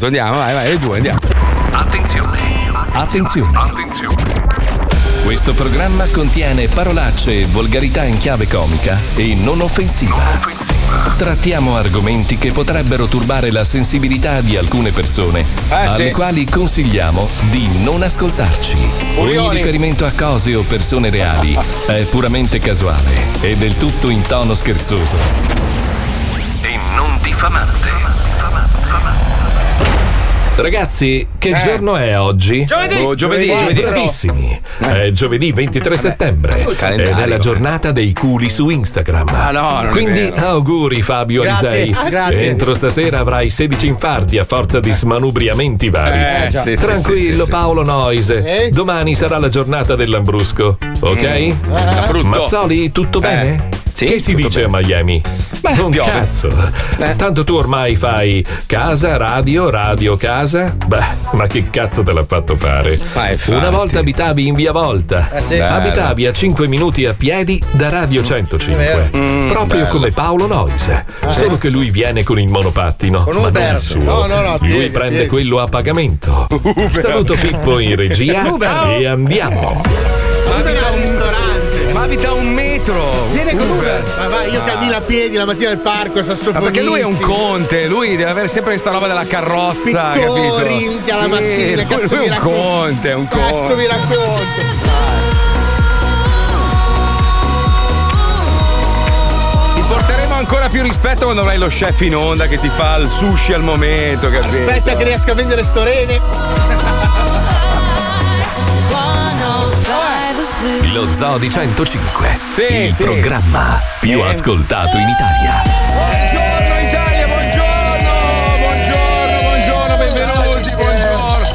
Andiamo, vai, le due, andiamo. Attenzione. Questo programma contiene parolacce e volgarità in chiave comica e non offensiva. Trattiamo argomenti che potrebbero turbare la sensibilità di alcune persone, alle quali consigliamo di non ascoltarci. Ogni riferimento a cose o persone reali è puramente casuale e del tutto in tono scherzoso e non diffamante. Ragazzi, che giorno è oggi? Giovedì. Bravissimi. È giovedì 23 settembre ed è la giornata dei culi su Instagram. Quindi auguri Fabio Alisei. Grazie. Entro stasera avrai 16 infarti a forza di smanubriamenti vari. Tranquillo Paolo Noise. Domani sarà la giornata del Lambrusco, ok? Mazzoli, tutto bene? Sì, che si dice bene. a Miami? Un piove. cazzo. Tanto tu ormai fai casa, radio, casa. Beh, ma che cazzo te l'ha fatto fare? Una volta abitavi in Via Volta. Abitavi a 5 minuti a piedi da Radio 105. Proprio come Paolo Noise. Solo che lui viene con il monopattino. Con ma Uber. non il suo. Lui prende quello a pagamento. Saluto Pippo in regia e andiamo. Ma abita a un metro. Viene con Uber. Ma vai, io cammino a piedi la mattina al parco, sassofonisti. Ma perché lui è un conte, lui deve avere sempre questa roba della carrozza, pittori, capito? alla mattina, cazzo lui è un conte, è un conte. Cazzo vi racconto. Ti porteremo ancora più rispetto quando avrai lo chef in onda che ti fa il sushi al momento, capito? Aspetta che riesca a vendere sto rene. Lo Zoo di 105, il programma più ascoltato in Italia. Buongiorno Italia, buongiorno, benvenuti, buongiorno.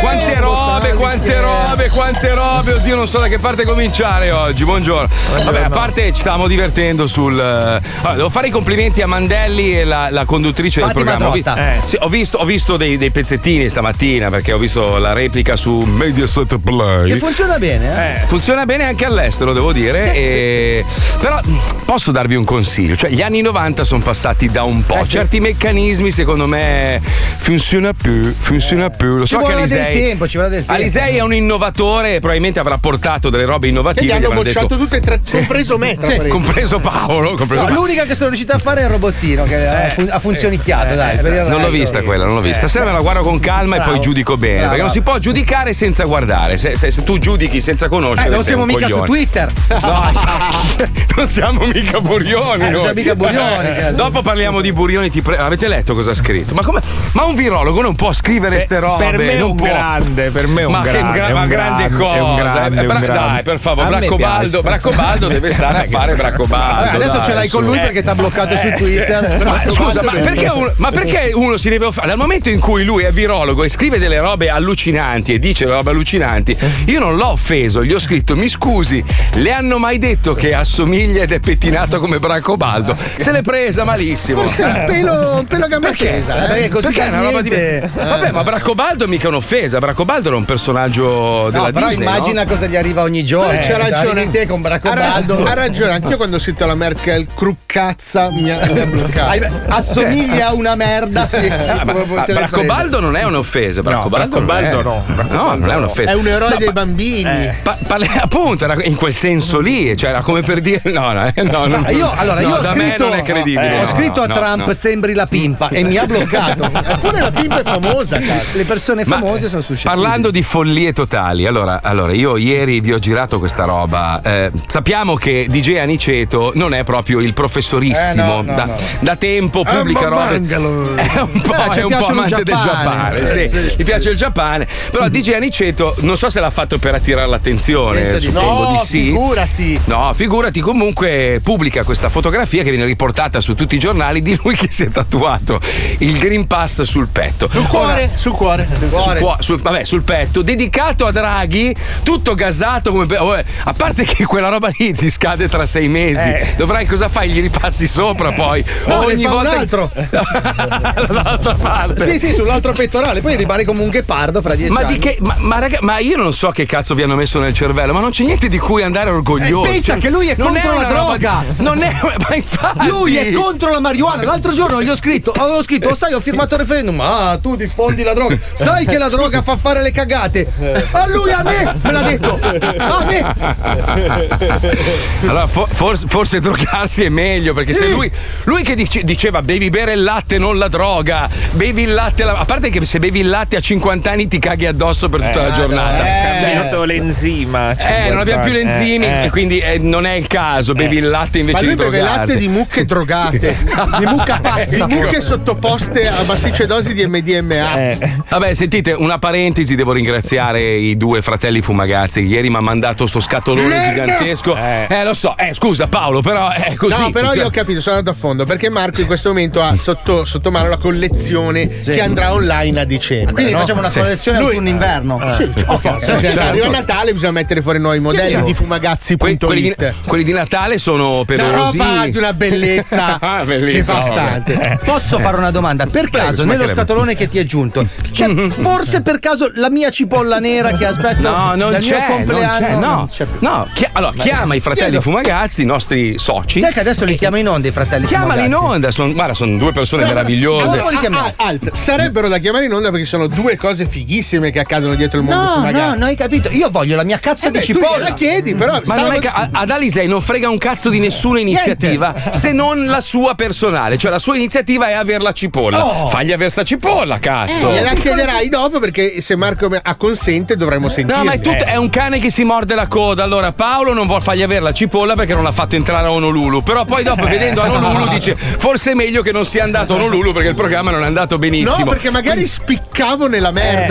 Quante robe, oddio, non so da che parte cominciare oggi. Buongiorno. Vabbè, a parte ci stavamo divertendo sul. Allora, devo fare i complimenti a Mandelli e la conduttrice del programma. Sì, ho visto dei pezzettini stamattina perché ho visto la replica su Mediaset Play. Che funziona bene, Funziona bene anche all'estero, devo dire. Sì. Però posso darvi un consiglio. Cioè, gli anni 90 sono passati da un po'. Certi meccanismi, secondo me, funziona più. Lo so che Alisei. Ci vorrà del tempo. Alisei è un innovatore e probabilmente avrà portato delle robe innovative. E gli hanno avranno bocciato detto, tutte e tre, compreso me. compreso Paolo. L'unica che sono riuscito a fare è il robottino che ha funzionicchiato. Non l'ho vista quella, non l'ho vista. Stasera me la guardo con calma e poi giudico bene. Perché non si può giudicare senza guardare. Se tu giudichi senza conoscere. Non siamo mica su Twitter. No, non siamo mica Burioni. Non siamo mica Burioni. Dopo parliamo di Burioni. Avete letto cosa ha scritto? Ma un virologo non può scrivere ste robe. Per me è un grande. Ma grande cosa. È un grande. Dai, per favore, Braccobaldo deve stare a fare Braccobaldo. Adesso ce l'hai con lui perché ti ha bloccato su Twitter. Scusa, perché uno si deve offendere? Dal momento in cui lui è virologo e scrive delle robe allucinanti e dice robe allucinanti, io non l'ho offeso, gli ho scritto: mi scusi, le hanno mai detto che assomiglia ed è pettinato come Braccobaldo? Se l'è presa malissimo. Forse un pelo gambettesa. Perché è una roba Vabbè, ma Braccobaldo mica un'offesa. Braccobaldo era un personaggio della però Disney, immagina cosa gli arriva ogni giorno. C'ha ragione. Te con Braccobaldo. Ha ragione, anch'io quando sento la Merkel cruccazza mi ha bloccato. Assomiglia a una merda. Braccobaldo non è un'offesa. Braccobaldo no. No, non è un'offesa. È un eroe dei bambini. Appunto, era in quel senso lì, cioè era come per dire no. Io ho da me non è credibile. Ho scritto a Trump sembri la pimpa e mi ha bloccato. Eppure la pimpa è famosa, cazzo. Le persone famose sono suscettibili. Parlando di follie totali, allora io ieri vi ho girato questa roba. Sappiamo che DJ Aniceto non è proprio il professorissimo. Da tempo pubblica robe. È un po' amante del Giappone. Sì. Gli piace il Giappone. Però DJ Aniceto non so se l'ha fatto per attirare l'attenzione. Suppongo di sì. Figurati. No, figurati, comunque pubblica questa fotografia che viene riportata su tutti i giornali di lui che si è tatuato il Green Pass sul petto. Sul cuore. Sul petto, dedicato ad Draghi, tutto gasato come a parte che quella roba lì ti scade tra 6 mesi. Dovrai cosa fai? Gli ripassi sopra poi ogni volta un altro dall'altra parte. Sì, sull'altro pettorale, poi rimane come un ghepardo fra 10 anni. Di che? Ma io non so che cazzo vi hanno messo nel cervello, ma non c'è niente di cui andare orgogliosi. Pensa che lui è contro la droga. Non è, ma infatti. Lui è contro la marijuana. L'altro giorno avevo scritto, sai, ho firmato il referendum. Ah, tu diffondi la droga. Sai che la droga fa fare le cagate. A lui, a me, me l'ha detto. A me. Allora, forse drogarsi è meglio, perché se lui che diceva bevi bere il latte, non la droga, bevi il latte, a parte che se bevi il latte a 50 anni ti caghi addosso per tutta la giornata. Ha cambiato l'enzima. Non abbiamo più gli enzimi, e quindi non è il caso. Bevi il latte invece di drogarti. Ma lui beve latte di mucche drogate, di mucca pazza, di mucche sottoposte a massicce dosi di MDMA. Vabbè, sentite, una parentesi, devo ringraziare i due fratelli Fumagazzi. Ieri mi ha mandato sto scatolone gigantesco. Lo so, scusa Paolo, però è così. No, però io ho capito, sono andato a fondo, perché Marco in questo momento ha sotto mano la collezione che andrà online a dicembre. Quindi facciamo una collezione autunno-inverno. Arriva Natale, bisogna mettere fuori nuovi modelli di fumagazzi.it. Quelli di Natale sono operosi. La roba di una bellezza devastante. Posso fare una domanda? Per caso, nello scatolone che ti è giunto, c'è forse per caso la mia cipolla nera che aspetto dal mio compleanno? Allora, chiama i fratelli Fumagazzi, i nostri soci. Sai che adesso li chiama in onda i fratelli Chiamali in onda, sono due persone meravigliose. Sarebbero da chiamare in onda perché sono due cose fighissime che accadono dietro il mondo Fumagazzi. No, hai capito? Io voglio la mia cazzo di cipolla. Tu la chiedi, però. Ma non è che ad Alisei non frega un cazzo di nessuna iniziativa se non la sua personale. Cioè la sua iniziativa è aver la cipolla. Fagli aver sta cipolla, cazzo. Gliela chiederai dopo, perché se Marco acconsente dovremo sentire. No, ma è un cane che si morde la coda. Allora Paolo non vuol fargli avere la cipolla perché non l'ha fatto entrare a Honolulu. Però poi dopo vedendo Honolulu dice forse è meglio che non sia andato a Honolulu perché il programma non è andato benissimo. No, perché magari spiccavo nella merda,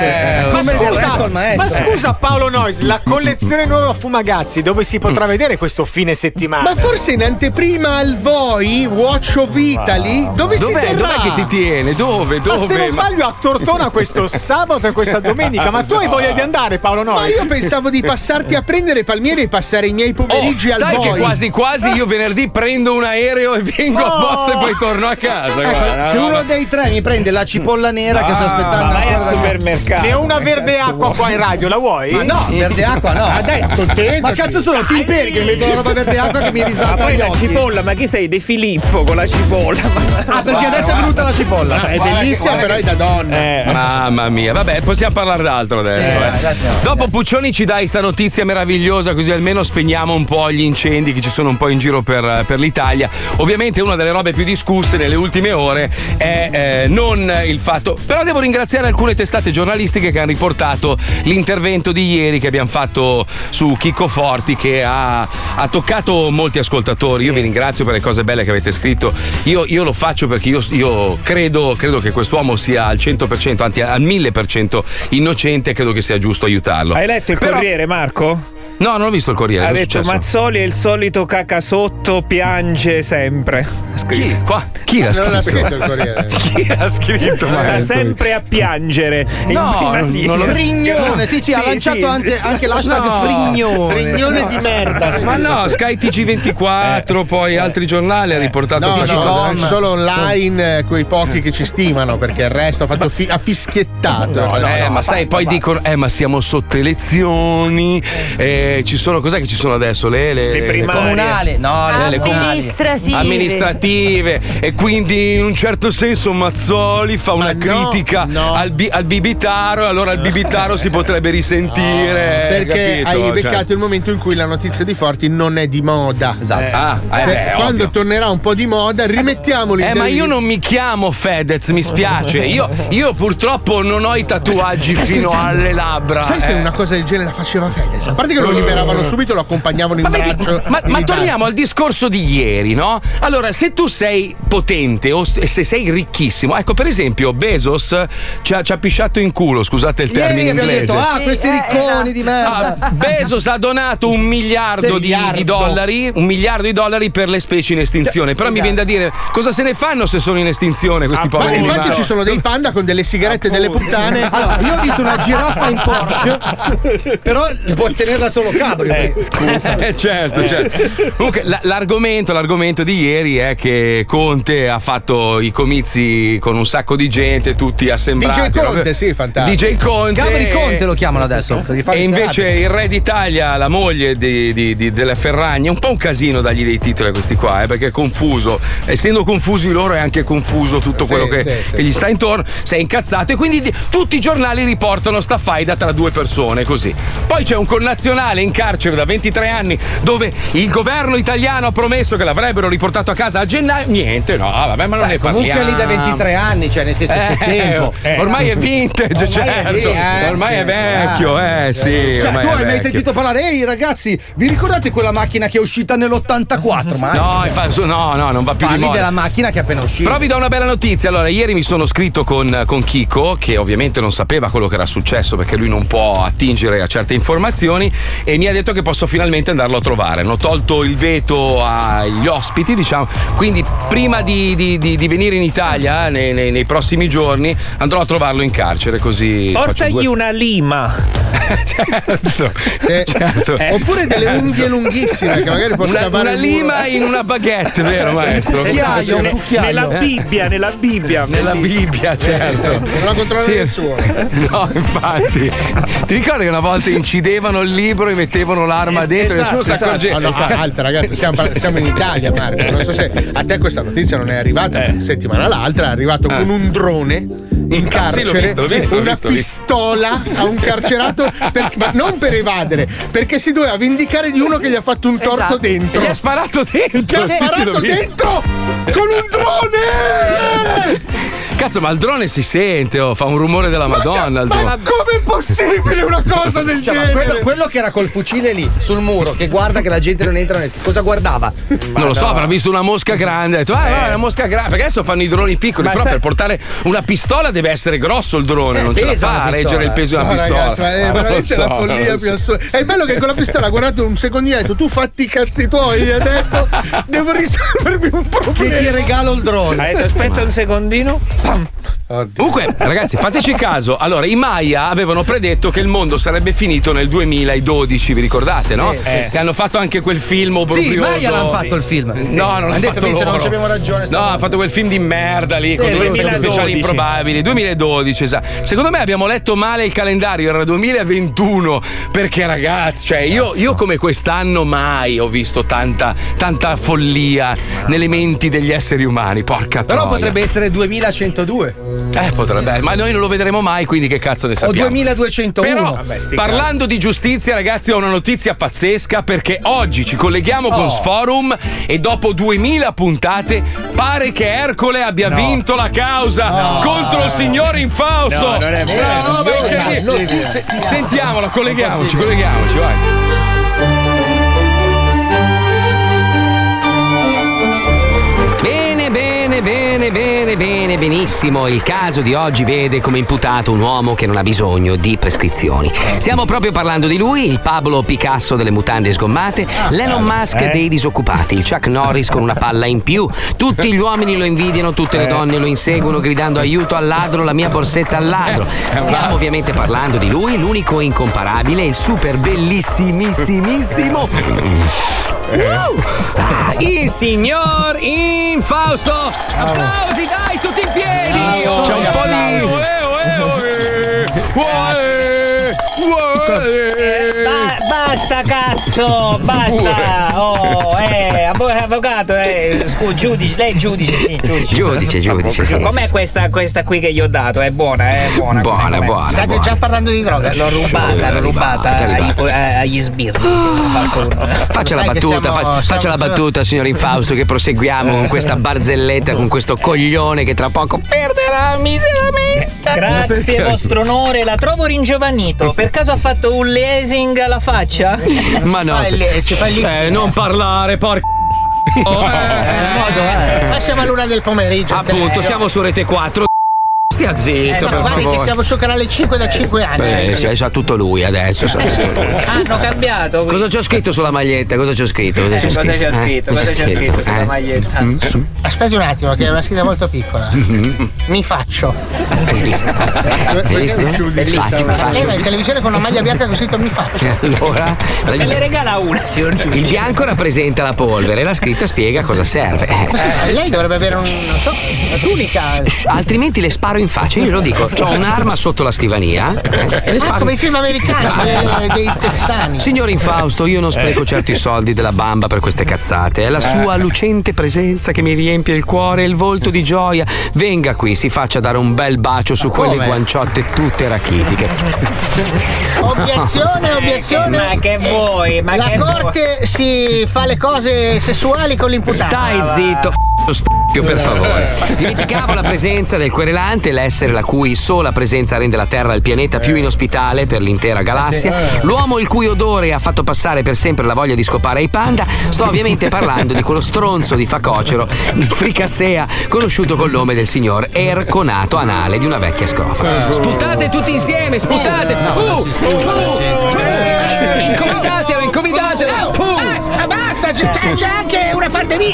capite? Ma scusa Paolo Noyes, la collezione nuova Fumagazzi dove si potrà vedere questo fine settimana? Ma forse in anteprima al Voi Watch of Italy? Dove si terrà? Dov'è che si tiene? Dove? Ma se non sbaglio a Tortona questo sabato e questa domenica. Ma tu hai voglia di andare, Paolo Noyes? Ma io pensavo di passarti a prendere Palmieri e passare i miei pomeriggi al Voi. Sai che quasi io venerdì prendo un aereo e vengo apposta e poi torno a casa. Se uno dei tre mi prende la cipolla nera che sto aspettando, vai al supermercato. Ne ho una verde acqua qua in radio, la vuoi? Ma no, verde acqua no. Dai, contento. Ma cazzo sono timperi che mi mettono la roba verde acqua che mi risalta poi gli la occhi. cipolla, ma chi sei? De Filippo con la cipolla. Perché adesso è venuta la cipolla. È bellissima, però è da donna. Mamma mia, vabbè, possiamo parlare d'altro adesso. Dopo Puccioni ci dai sta notizia meravigliosa, così almeno spegniamo un po' gli incendi che ci sono un po' in giro per l'Italia. Ovviamente una delle robe più discusse nelle ultime ore è non il fatto, però devo ringraziare alcune testate giornalistiche che hanno riportato l'intervento di ieri che abbiamo fatto su Chicco Forti, che ha toccato molti ascoltatori. Io vi ringrazio per le cose belle che avete scritto. Io lo faccio perché io credo che quest'uomo sia al 100%, anzi al 1000% innocente, e credo che sia giusto aiutarlo. Hai letto il Corriere, Marco? No, non ho visto il Corriere. Ha detto Mazzoli è il solito cacasotto, piange sempre. Chi l'ha scritto? Non l'ha scritto il Corriere. Chi l'ha scritto? Sta sempre a piangere. Frignone, sì, ha lanciato anche l'hashtag Frignone. Frignone di merda. Ma no, Sky TG24, poi altri giornali ha riportato sta cosa. Solo online quei pochi che ci stimano, perché il resto ha fatto fischiettato. Ma sai, poi dicono ma siamo sotto elezioni, ci sono, cos'è che ci sono adesso? Le comunali, le amministrative, e quindi in un certo senso Mazzoli fa una critica al Bibitaro, e allora il Bibitaro si potrebbe risentire, perché capito? hai beccato il momento in cui la notizia di Forti non è di moda. Esatto. Quando tornerà un po' di moda rimettiamo ma io non mi chiamo Fedez, mi spiace. Io purtroppo non ho i tatuaggi fino alle labbra. Sai se una cosa del genere la faceva Fedez? A parte che lo liberavano subito, lo accompagnavano in braccio. Ma torniamo al discorso di ieri, no? Allora, se tu sei potente o se sei ricchissimo, ecco, per esempio Bezos ci ha pisciato in culo, scusate il termine inglese. Detto, questi ricconi di merda. Bezos ha donato $1 miliardo di dollari, $1 miliardo di dollari per le specie in estinzione. Però mi viene da dire, cosa se ne fanno se sono in estinzione questi poveri ma infatti animali? ci sono dei panda con delle sigarette delle puttane. Allora, io ho visto una giraffa in un Porsche, però può tenerla solo cabrio. Scusa. Certo. Comunque l'argomento di ieri è che Conte ha fatto i comizi con un sacco di gente, tutti assemblati. DJ Conte, sì, fantastico. DJ Conte. Gabri Conte lo chiamano adesso. E invece il re d'Italia, la moglie delle Ferragni, è un po' un casino dargli dei titoli a questi qua, perché è confuso. Essendo confusi loro è anche confuso tutto quello che gli sta intorno. Si è incazzato e quindi tutti i giornali riportano sta faida tra due persone così. Poi c'è un connazionale in carcere da 23 anni dove il governo italiano ha promesso che l'avrebbero riportato a casa a gennaio. Niente, no, vabbè, ma non ne parliamo. Comunque lì da 23 anni, cioè nel senso c'è tempo. Ormai è vintage, ormai è vecchio, sì. Cioè, tu hai mai sentito parlare? Ehi ragazzi, vi ricordate quella macchina che è uscita nell'84? No, non va più. Parli della macchina che è appena uscita. Però vi do una bella notizia. Allora, ieri mi sono scritto con Chico, che ovviamente non sapeva quello che era successo perché lui non può attingere a certe informazioni, e mi ha detto che posso finalmente andarlo a trovare. Hanno tolto il veto agli ospiti, diciamo, quindi prima di venire in Italia nei prossimi giorni andrò a trovarlo in carcere, così portagli una lima. certo. Oppure delle unghie lunghissime che magari può scavare una lima in una baguette, vero maestro? Nella Bibbia, certo. Non la controlla nessuno. No, infatti. Ti ricordi che una volta incidevano il libro e mettevano l'arma dentro? Nessuno si accorgeva. Altra, ragazzi, siamo in Italia, Marco. Non so se a te questa notizia non è arrivata settimana l'altra, è arrivato con un drone in carcere, l'ho visto, una pistola a un carcerato, ma non per evadere, perché si doveva vendicare di uno che gli ha fatto un torto dentro. Gli ha sparato dentro. Gli ha sparato dentro con un drone. Cazzo, ma il drone si sente, fa un rumore della Madonna. Ma com'è possibile una cosa del genere? Quello che era col fucile lì sul muro, che guarda che la gente non entra cosa guardava? Non lo so, avrà visto una mosca grande, ha detto una mosca grande, perché adesso fanno i droni piccoli, però per portare una pistola deve essere grosso il drone, non ce la fa a reggere il peso di una pistola. Ragazzi, ma è veramente la follia più assurda. È bello che con la pistola ha guardato un secondino e ha detto tu fatti i cazzi tuoi, gli ha detto devo risolvermi un problema. Che ti regalo il drone. Ha detto aspetta un secondino. Oddio. Comunque, ragazzi, fateci caso. Allora, i Maya avevano predetto che il mondo sarebbe finito nel 2012, vi ricordate, no? Che hanno fatto anche quel film obbrobrioso. Sì, i Maya l'hanno fatto il film. No, non l'hanno fatto loro. Non abbiamo ragione. No, ha fatto quel film di merda lì con due effetti speciali improbabili. 2012, esatto. Secondo me abbiamo letto male il calendario, era 2021. Perché, ragazzi, cioè, io come quest'anno mai ho visto tanta follia nelle menti degli esseri umani. Porca troia. Però potrebbe essere 2102. Potrebbe, ma noi non lo vedremo mai, quindi che cazzo ne sappiamo? O 2201. Però, parlando di giustizia, ragazzi, ho una notizia pazzesca, perché oggi ci colleghiamo con Sforum e dopo 2000 puntate pare che Ercole abbia vinto la causa contro il signor Infausto. No, non è vero. Sentiamola, colleghiamoci, vai. Bene, benissimo. Il caso di oggi vede come imputato un uomo che non ha bisogno di prescrizioni. Stiamo proprio parlando di lui, il Pablo Picasso delle mutande sgommate, l'Elon Musk dei disoccupati, il Chuck Norris con una palla in più. Tutti gli uomini lo invidiano, tutte le donne lo inseguono gridando aiuto al ladro, la mia borsetta al ladro. Stiamo ovviamente parlando di lui, l'unico incomparabile, il super bellissimissimissimo il signor Infausto. Applausi, dai, tutti in piedi. C'è un po' Basta cazzo, basta. Avvocato, giudice, lei giudice, sì, Giudice, sì. Com'è questa qui che gli ho dato? È buona, Buona. State già parlando di droga? L'ho rubata agli sbirri. Faccia la battuta, signor Infausto, che proseguiamo con questa barzelletta, con questo coglione che tra poco perderà miseramente. Grazie, vostro onore, la trovo ringiovanito. Per caso ha fatto un lasing alla faccia? Ma no, non parlare, porca. Siamo all'una del pomeriggio. Appunto, siamo su Rete 4. stia zitto, per guardi favore. che siamo su Canale 5 da 5 anni. Sì, sa tutto lui adesso. Hanno cambiato. Cosa c'ho scritto sulla maglietta? Cosa c'è scritto? Cosa c'è scritto sulla maglietta? Aspetti un attimo, che è una scritta molto piccola. Mi faccio. Hai visto? Bellissima. Lei va in televisione con una maglia bianca con scritto mi faccio. Allora, Me ne regala una, signor Giudice. il bianco rappresenta la polvere, la scritta spiega cosa serve. Lei dovrebbe avere una tunica. Altrimenti le sparo in faccia, io lo dico, ho un'arma sotto la scrivania e le sparo. Come i film americani dei texani. Signor Infausto, io non spreco certi soldi della bamba per queste cazzate. È la sua lucente presenza che mi riempie il cuore e il volto di gioia. Venga qui, si faccia dare un bel bacio su quelle guanciotte tutte rachitiche. Obiezione. Ma che vuoi? Ma la che corte si fa le cose sessuali con l'imputato. Stai zitto, stupio, per favore. Dimenticavo la presenza del querelante, l'essere la cui sola presenza rende la Terra il pianeta più inospitale per l'intera galassia. L'uomo il cui odore ha fatto passare per sempre la voglia di scopare i panda. Sto ovviamente parlando di quello stronzo di Facocero, fricassea, conosciuto col nome del signor Erconato Anale di una vecchia scrofa. Sputate tutti insieme, sputate! Incomidatelo! Basta, c'è anche una pandemia.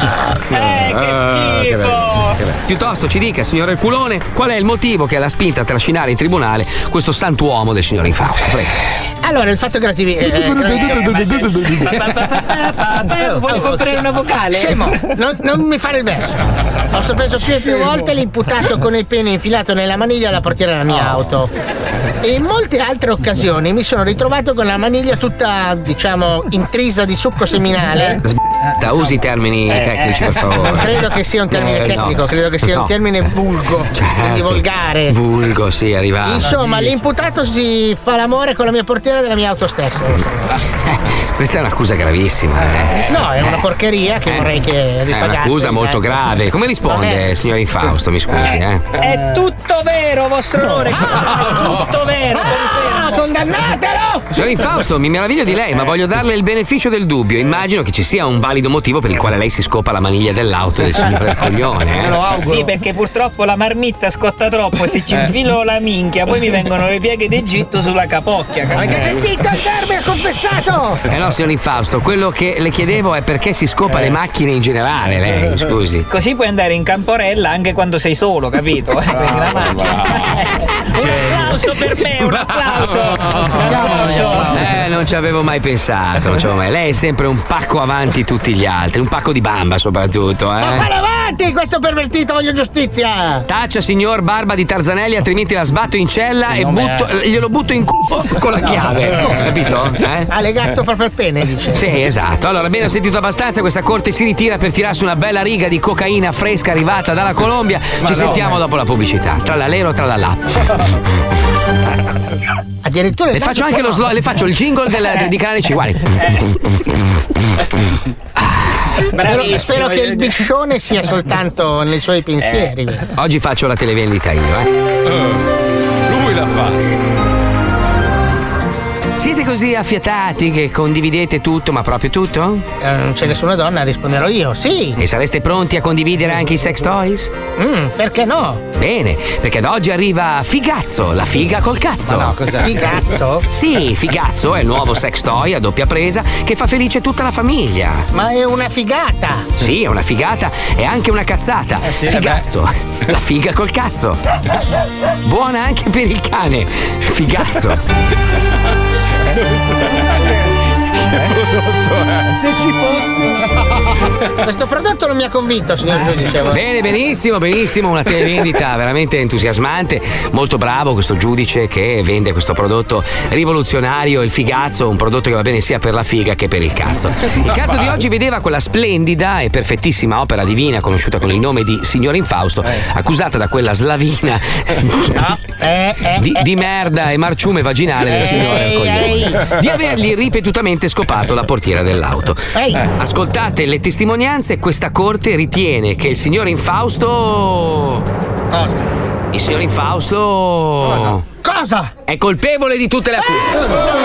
che schifo! Piuttosto ci dica, signor Erculone, qual è il motivo che l'ha spinta a trascinare in tribunale questo santuomo del signor Infausto? Prego. Allora, il fatto Vuoi comprare una vocale? Scemo, non mi fare il verso. Ho sorpreso più e più volte l'imputato con il pene infilato nella maniglia alla portiera della mia auto. E in molte altre occasioni mi sono ritrovato con la maniglia tutta, diciamo, intrisa di succo seminale. Usi i termini tecnici, per favore. Non credo che sia un termine tecnico, credo che sia un termine vulgo, quindi volgare. Vulgo, sì, arrivato. Insomma, l'imputato si fa l'amore con la mia portiera della mia auto stessa. Questa è un'accusa gravissima, No, è una porcheria che vorrei che ripagasse. È un'accusa molto grave. Come risponde, signor Infausto? Mi scusi, È tutto vero, vostro onore. Tutto vero. Condannatelo! Signor Infausto, mi meraviglio di lei, ma voglio darle il beneficio del dubbio. Immagino che ci sia un valido motivo per il quale lei si scopa la maniglia dell'auto del signor Ercoglione. Me lo auguro. Sì, perché purtroppo la marmitta scotta troppo e se ci infilo la minchia poi mi vengono le pieghe d'Egitto sulla capocchia. Avete sentito? Il verme ha confessato! No, signor Infausto, quello che le chiedevo è perché si scopa le macchine in generale, lei, scusi. Così puoi andare in camporella anche quando sei solo, capito? Un applauso per me, un applauso! Non ci avevo mai pensato, Lei è sempre un pacco avanti tutti gli altri, un pacco di bamba soprattutto, Ma vale avanti, questo pervertito, voglio giustizia! Taccia, signor Barba di Tarzanelli, altrimenti la sbatto in cella e glielo butto in culo con la chiave, capito? Ha legato proprio il pene, dice. Sì, esatto. Allora, bene, ho sentito abbastanza, questa corte si ritira per tirarsi una bella riga di cocaina fresca arrivata dalla Colombia. Ci sentiamo dopo la pubblicità. Tralalero, tralala. Addirittura le faccio anche le faccio il jingle di Canale 5. Spero che il biscione sia soltanto nei suoi pensieri. Oggi faccio la televendita io, Lui la fa. Siete così affiatati che condividete tutto, ma proprio tutto? Non c'è nessuna donna, risponderò io, sì. E sareste pronti a condividere anche i sex toys? Perché no? Bene, perché da oggi arriva Figazzo, la figa col cazzo. Ma no, cos'è? Figazzo? Sì, Figazzo è il nuovo sex toy a doppia presa che fa felice tutta la famiglia. Ma è una figata. Sì, è una figata e anche una cazzata. Figazzo, la figa col cazzo. Buona anche per il cane. Figazzo. Se ci fosse. Questo prodotto non mi ha convinto, signor giudice. Bene, benissimo, una televendita veramente entusiasmante. Molto bravo questo giudice che vende questo prodotto rivoluzionario, il Figazzo, un prodotto che va bene sia per la figa che per il cazzo. Il caso di oggi vedeva quella splendida e perfettissima opera divina conosciuta con il nome di Signor Infausto, accusata da quella slavina di merda e marciume vaginale del signore Ercoglione di avergli ripetutamente scopato la portiera dell'auto. Ascoltate le testimonianze, questa corte ritiene che il signor Infausto. Il signor Infausto. Cosa? È colpevole di tutte le accuse.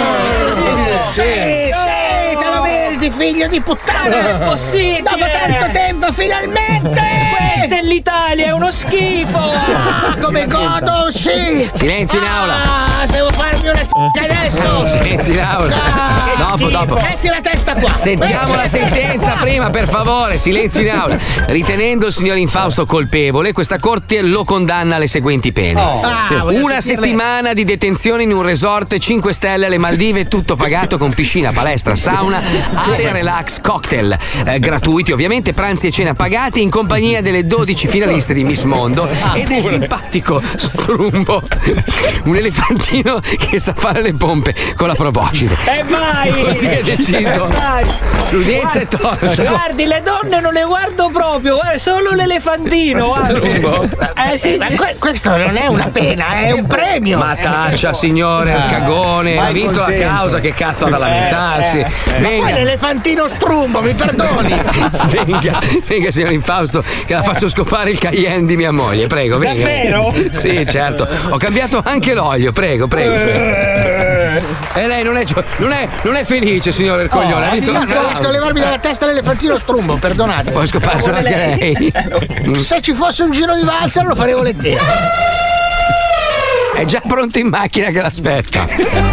Sì, te lo meriti, figlio di puttana! Non è possibile! Dopo tanto tempo, finalmente! Questa è l'Italia, è uno schifo! Come godo, sì! Silenzio in aula! Devo farmi una adesso! Silenzio in aula! Dopo. Metti la testa qua! Sentiamo la sentenza prima, per favore, silenzio in aula. Ritenendo il signor Infausto colpevole, questa corte lo condanna alle seguenti pene. Una settimana di detenzione in un resort 5 stelle alle Maldive, tutto pagato con piscina, palestra, sauna, area relax, cocktail gratuiti, ovviamente pranzi e cena pagati in compagnia delle 12 finaliste di Miss Mondo e del simpatico Strumbo, un elefantino che sa fare le pompe con la proboscide. E vai! Così è deciso. L'udienza è tolta. Guardi, le donne non le guardo proprio, solo l'elefantino. Sì. Ma questo non è una pena, è un premio. Ma taccia, signore, il cagone. Ha vinto la causa, che cazzo ha da lamentarsi. Ma poi l'elefantino Strumbo, mi perdoni. Venga, signor Infausto, che la faccio scopare il Cayenne di mia moglie, prego, venga. Davvero? Sì, certo. Ho cambiato anche l'olio, prego. E lei non è felice, signore il coglione. Non riesco a levarmi dalla testa l'elefantino Strumbo, perdonate. Puoi scoparselo anche lei. Se ci fosse un giro di valzer lo farei volentieri. È già pronto in macchina che l'aspetta.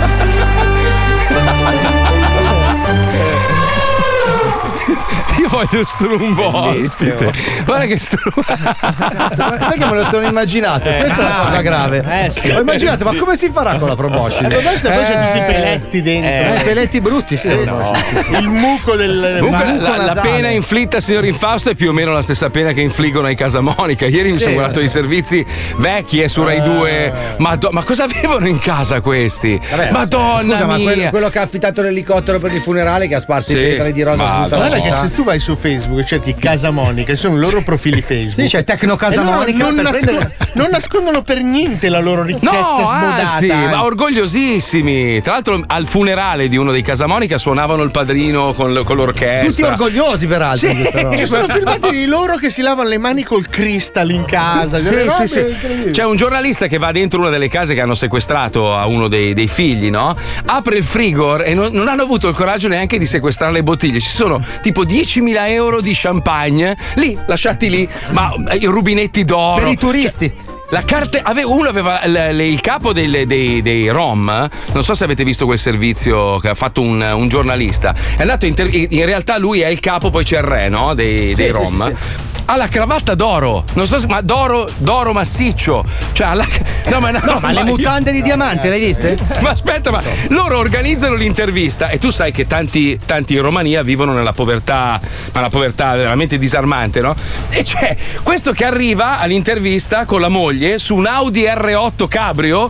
Io voglio Strumbo ospite. Guarda che Strumbo. Sai che me lo sono immaginato? Questa è la cosa grave. Ho immaginato, ma come si farà con la proboscide? Poi c'è tutti i peletti dentro. Peletti brutti, sì. Il muco del. La pena inflitta al signor Infausto è più o meno la stessa pena che infliggono ai Casamonica. Ieri mi sono guardato i servizi vecchi su Rai 2. Ma cosa avevano in casa questi? Madonna scusa, mia. ma quello che ha affittato l'elicottoro per il funerale, che ha sparso i petali di rosa su tutta la Guarda che città. se tu vai su Facebook e cerchi Casamonica, sono i loro profili Facebook. Sì, c'è Tecno Casamonica. Non nascondono per niente la loro ricchezza smodata. Anzi, ma orgogliosissimi. Tra l'altro al funerale di uno dei Casamonica suonavano il padrino con l'orchestra. Tutti orgogliosi peraltro. Ci sono filmati di loro che si lavano le mani col Crystal in casa. Sì. C'è un giornalista che va dentro una delle case che hanno sequestrato a uno dei figli, no? Apre il frigor e non hanno avuto il coraggio neanche di sequestrare le bottiglie. Ci sono tipo 10.000 euro di champagne lì, lasciati lì, ma i rubinetti d'oro per i turisti. La carta uno aveva il capo dei Rom. Non so se avete visto quel servizio che ha fatto un giornalista. È andato in realtà lui è il capo, poi c'è il re, no? Dei Rom. Sì. Ha la cravatta d'oro, non so se, ma d'oro massiccio. Cioè, ma le mutande di diamante, l'hai viste? Ma aspetta, ma loro organizzano l'intervista e tu sai che tanti in Romania vivono nella povertà, ma la povertà veramente disarmante, no? E c'è questo che arriva all'intervista con la moglie su un Audi R8 Cabrio.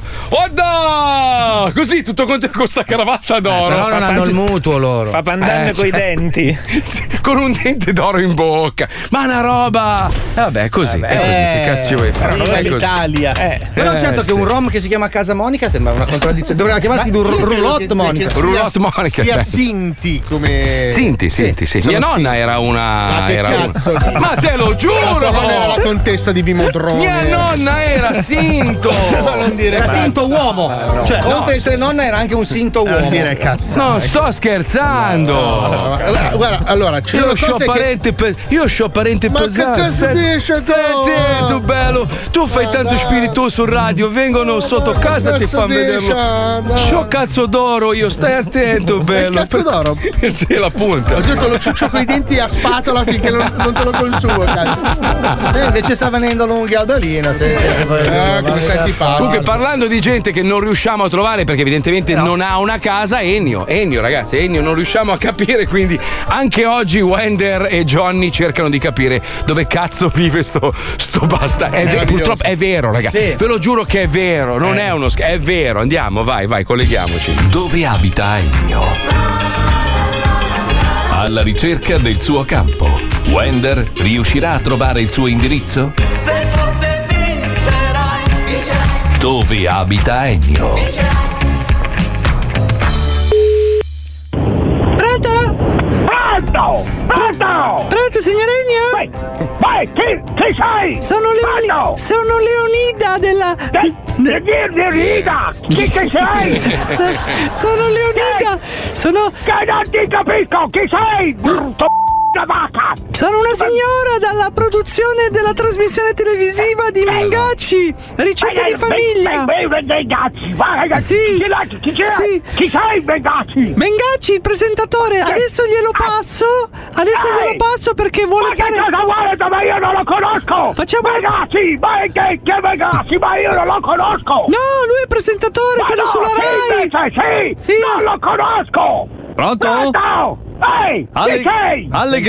Odda! Così tutto con sta cravatta d'oro. Però non hanno il mutuo loro. Fa pandanne coi denti. Sì, con un dente d'oro in bocca. Ma una roba. Vabbè, così. È così. Che cazzo ci vuoi fare? Viva l'Italia. Però certo che un rom che si chiama Casamonica sembra una contraddizione. Dovrebbe chiamarsi Roulotte Monica. Roulotte Monica. Sia Sinti come. Sinti. Mia nonna era una. Ma te lo giuro! La contessa di Vimodrone. Mia nonna era Sinto. Non dire era cazzo. Sinto uomo. Cioè, oltre ad essere nonna, era anche un Sinto uomo. Non dire cazzo. No, sto scherzando. Guarda, allora, io c'ho parente pesante. Ma che cazzo dice? Stai attento, bello. Tu fai tanto spiritoso radio, vengono sotto casa e ti fanno vederlo. C'ho cazzo d'oro io, stai attento, bello. Cazzo d'oro? Sì, la punta. Ho detto lo ciuccio coi denti a spatola finché non te lo consumo, cazzo. Invece sta venendo l'unghia adolina. Come sei antipatico. Comunque, parlando di gente che non riusciamo a trovare perché evidentemente non ha una casa, Ennio, ragazzi, non riusciamo a capire, quindi anche oggi Wender e Johnny cercano di capire dove cazzo vive sto basta. Purtroppo è vero, ragazzi. Sì. Ve lo giuro che è vero, non è uno è vero. Andiamo, vai, colleghiamoci. Dove abita Ennio? Alla ricerca del suo campo. Wender riuscirà a trovare il suo indirizzo? Se forte vincerai. Dove abita Ennio? Pronto, signor Ennio? Vai, chi sei? Sono Leonida della... Leonida? Chi sei? Sono Leonida! Sono... Che non ti capisco, chi sei? Brutto vacca! Sono una signora dalla produzione della trasmissione televisiva di Mengacci, ricette di famiglia. Mengacci, Sì. Chi sei Mengacci? Mengacci, il presentatore, adesso glielo passo. Adesso glielo passo perché vuole Ma fare. che cosa vuole? Ma io non lo conosco! Facciamo Mengacci, ma che Mengacci? Ma io non lo conosco! No, lui è il presentatore, Ma quello no, sulla Rai. Invece, sì! Non lo conosco! Pronto? Ehi! Chi sei?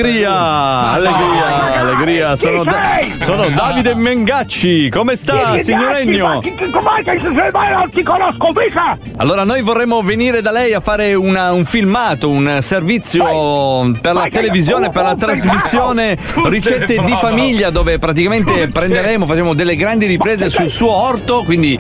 Allegria, sono Davide Mengacci, come sta, signoregno? Com'è che non ti conosco mica? Allora, noi vorremmo venire da lei a fare un filmato, un servizio per la televisione, per la trasmissione Ricette di famiglia, dove praticamente facciamo delle grandi riprese sul suo orto, quindi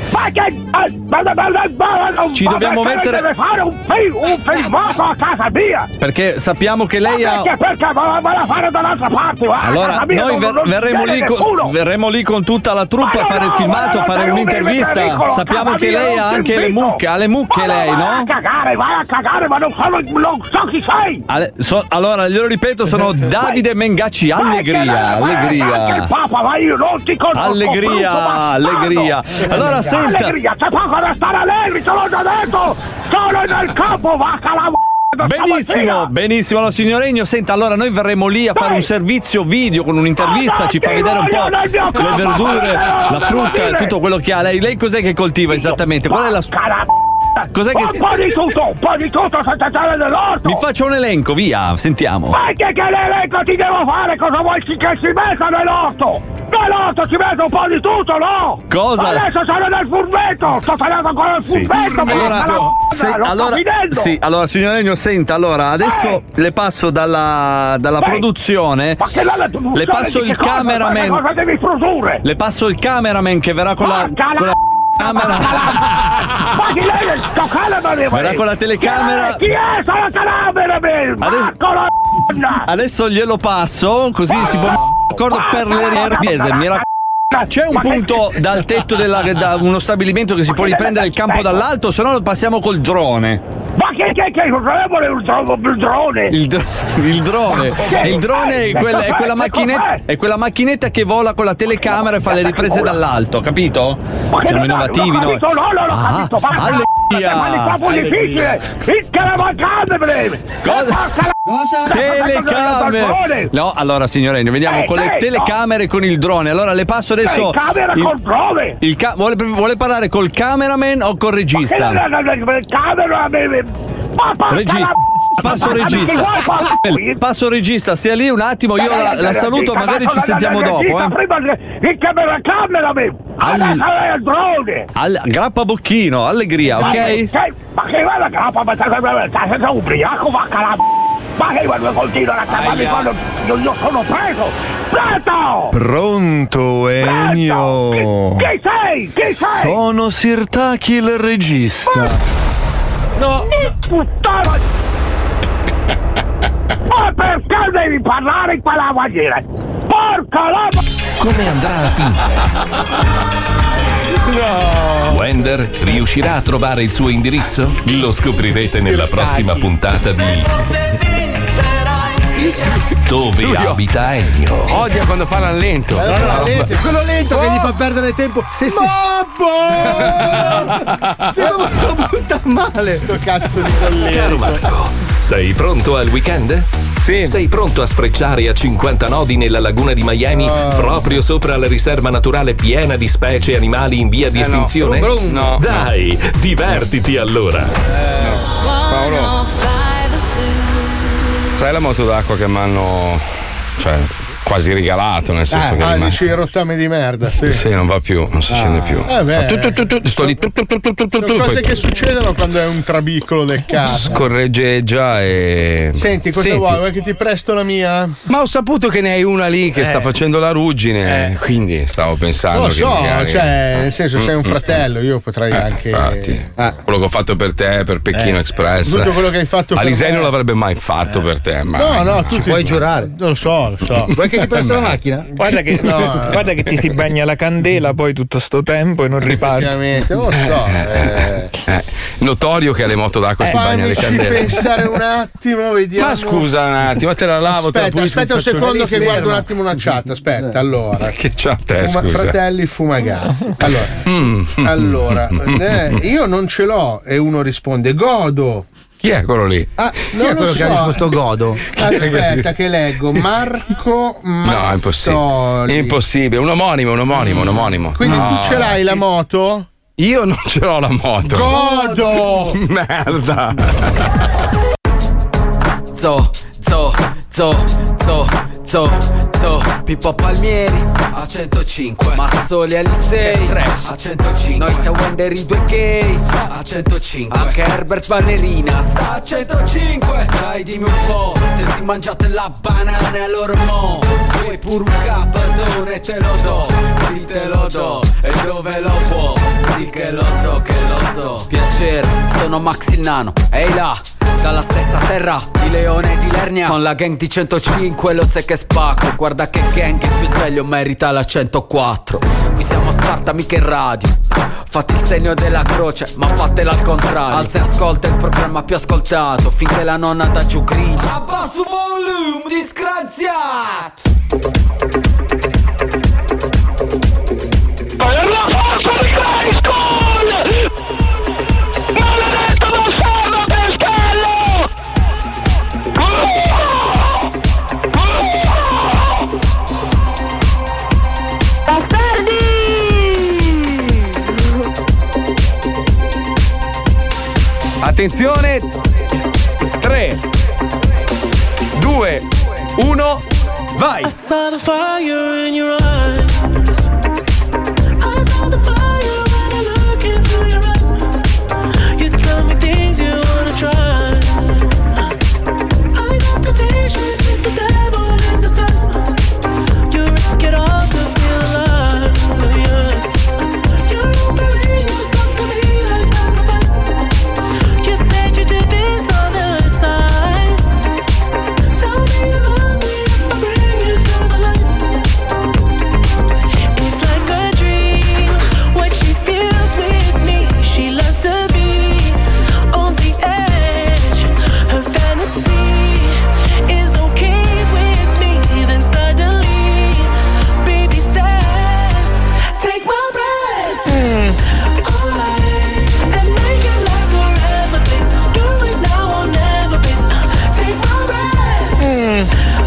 ci dobbiamo mettere. Deve fare un filmato a casa mia! Perché sappiamo che lei ha. Perché va a fare dall'altra parte? Allora, noi verremo lì con tutta la troupe a fare il filmato, a fare un'intervista. Sappiamo che lei ha anche le mucche, lei, no? Vai a cagare, ma non so chi sei! Allora, glielo ripeto, sono Davide Mengacci, allegria. Papa, ma io non ti conosco! Allegria. Allora, senta. Allegria, c'è poco da stare allegri, te l'ho già detto! Sono nel capo, vacca la Benissimo, allora, signoregno, senta, allora noi verremo lì a fare un servizio video con un'intervista, ci fa vedere un po' le verdure, la frutta e tutto quello che ha. Lei cos'è che coltiva esattamente? Qual è la cos'è che un po' di tutto senza stare nell'orto! Mi faccia un elenco, via, sentiamo. Ma che l'elenco ti devo fare? Cosa vuoi che si metta nell'orto? Nell'orto ci metto un po' di tutto, no? Cosa? Adesso sono nel furbetto! Sto tagliando ancora il furbetto! Allora, signoregno, senta, allora adesso le passo dalla produzione. Ma che le passo il cameraman. Cosa devi produrre? Le passo il cameraman che verrà con la camera. Ma chi lei? Verrà con la telecamera. Chi è? Sono camera! Adesso glielo passo, così si può. D'accordo per le riprese, mi raccomando. C'è un punto dal tetto da uno stabilimento che si può riprendere il campo dall'alto, se no lo passiamo col drone. Ma che vuole il drone? Il drone è quella macchinetta che vola con la telecamera e fa le riprese dall'alto, capito? Siamo innovativi noi. No, non ho capito, ma è troppo difficile! Il telecamere! Cosa? Telecamere! No, allora signoregno, vediamo con le telecamere e con il drone. Allora le passo adesso. Telecamera col drone! Vuole parlare col cameraman o col regista? Regista. Passo regista, stia lì un attimo, io la saluto, magari ci sentiamo dopo. Il cameraman! Al drone! Grappa Bocchino, allegria, ok? Ma che va la grappa? Ma sei ubriaco, vacca la ma che continua a chiamarmi quando io sono preso! Pronto, Ennio? Chi sei? Sono Sirtaki il regista. No! Puttana! Ma perché devi parlare in quella maniera? Porca la come andrà a finire? No! Wender riuscirà a trovare il suo indirizzo? Lo scoprirete nella prossima puntata di Dove abita Ennio? Odia quando parla lento. Quello lento che gli fa perdere tempo. Si lo butta male. Sto cazzo di collega. Caro Marco, sei pronto al weekend? Sì. Sei pronto a sprecciare a 50 nodi nella laguna di Miami, proprio sopra la riserva naturale piena di specie animali in via di estinzione? No. Dai, divertiti allora. Paolo, sai la moto d'acqua che mi hanno quasi regalato, nel senso che dici rottame di merda, sì, non va più, non si scende più. Sto lì cose che succedono quando è un trabiccolo del cazzo. Scorreggia e senti, cosa vuoi che ti presto la mia? Ma ho saputo che ne hai una lì che sta facendo la ruggine, quindi stavo pensando lo so, che magari nel senso sei un fratello, io potrei anche infatti, quello che ho fatto per te per Pechino Express, tutto quello che hai fatto Alisei non l'avrebbe mai fatto per te, ma no, tu puoi giurare. Lo so. Vuoi che ti presto la macchina? Guarda che ti si bagna la candela poi tutto sto tempo e non riparte. Lo so. notorio che alle moto d'acqua si bagna le candele. Pensare un attimo, vediamo. Ma scusa un attimo, te la lavo. Aspetta un secondo che guardo un attimo una chat. Aspetta, allora. Che chat è, scusa? Fratelli Fumagazzi. Allora, io non ce l'ho e uno risponde Godo. Chi è quello lì? Chi è quello che ha risposto Godo? Aspetta che leggo. Marco Mazzoli. No, è impossibile. Un omonimo. Quindi tu ce l'hai la moto? Io non ce l'ho la moto. Godo! Merda. Pippo Palmieri a 105, Mazzoli Alisei a 105, noi siamo Wenderi 2K a 105, anche Herbert Ballerina sta a 105. Dai dimmi un po', te si mangiate la banana e allora mo vuoi pure un capatone, te lo do, sì te lo do, e dove lo può, sì che lo so. Piacere, sono Max il Nano, ehi là, dalla stessa terra di Leone e di Lernia, con la gang di 105 lo sai che spacco. Guarda che gang il più sveglio merita la 104. Qui siamo a Sparta mica in radio, fate il segno della croce ma fatela al contrario. Alza e ascolta il programma più ascoltato finché la nonna da giù grida abbasso volume disgraziato. Per la forza di Grayskull, maledetto bastardo pestello! Bastardi! Attenzione, 3, 2, 1, vai! I saw the fire in your eyes. I saw the fire when I look into your eyes. You tell me things you wanna try. I know temptation is the devil in disguise. You risk it all to feel alive, yeah. You're offering yourself to me like sacrifice. You said you do this all the time. Tell me you love me if I bring you to the light. It's like a dream, what she feels with me. She loves to be on the edge. Her fantasy is okay with me. Then suddenly, baby says, take my breath away and make it last forever, babe. Do it now or never, babe. Take my breath away.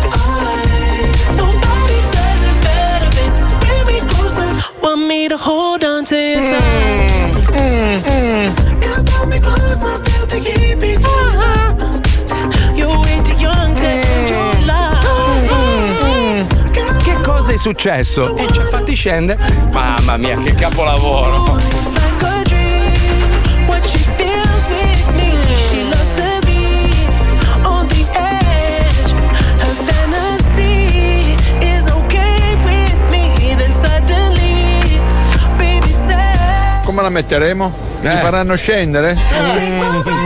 Nobody does it better, babe. Bring me closer, want me to hold on to your time. You brought me closer, feel the heat between us. You're way too young to end your life. Che cosa è successo? E ci ha fatti scendere. Mamma mia, che capolavoro! It's like a dream, what she feels with me. She loves to be on the edge. Her fantasy is okay with me. Then suddenly, baby said, Come la metteremo? Mi faranno scendere? take my breath.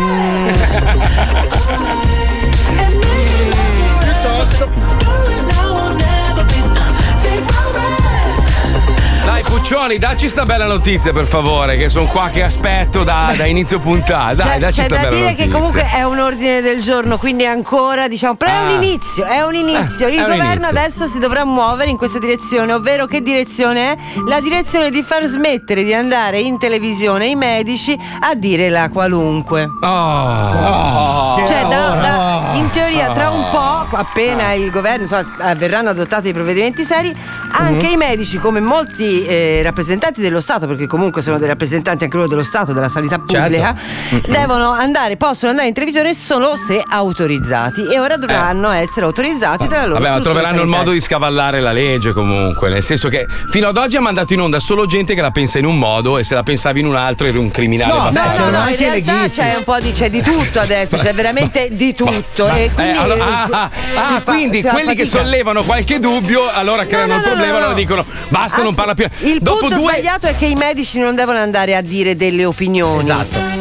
Dai Puccioni, dacci sta bella notizia per favore, che sono qua che aspetto da inizio puntata. Dai, dacci C'è sta da bella dire notizia. che comunque è un ordine del giorno, quindi ancora diciamo, però è un inizio. Il è un governo inizio. adesso si dovrà muovere in questa direzione, ovvero che direzione è? La direzione di far smettere di andare in televisione i medici a dire la qualunque. Cioè, in teoria, tra un po', appena il governo verranno adottati i provvedimenti seri, anche i medici, come molti rappresentanti dello Stato, perché comunque sono dei rappresentanti anche loro dello Stato, della sanità pubblica, possono andare in televisione solo se autorizzati, e ora dovranno essere autorizzati dalla loro Vabbè, ma struttura troveranno il sanitaria. modo di scavallare la legge comunque, nel senso che fino ad oggi ha mandato in onda solo gente che la pensa in un modo, e se la pensavi in un altro eri un criminale bastardo. No, in realtà c'è di tutto adesso, c'è veramente di tutto. E quindi quindi quelli che sollevano qualche dubbio allora creano il problema, allora dicono basta, non parla più. Il Dopo punto sbagliato è che i medici non devono andare a dire delle opinioni. Esatto.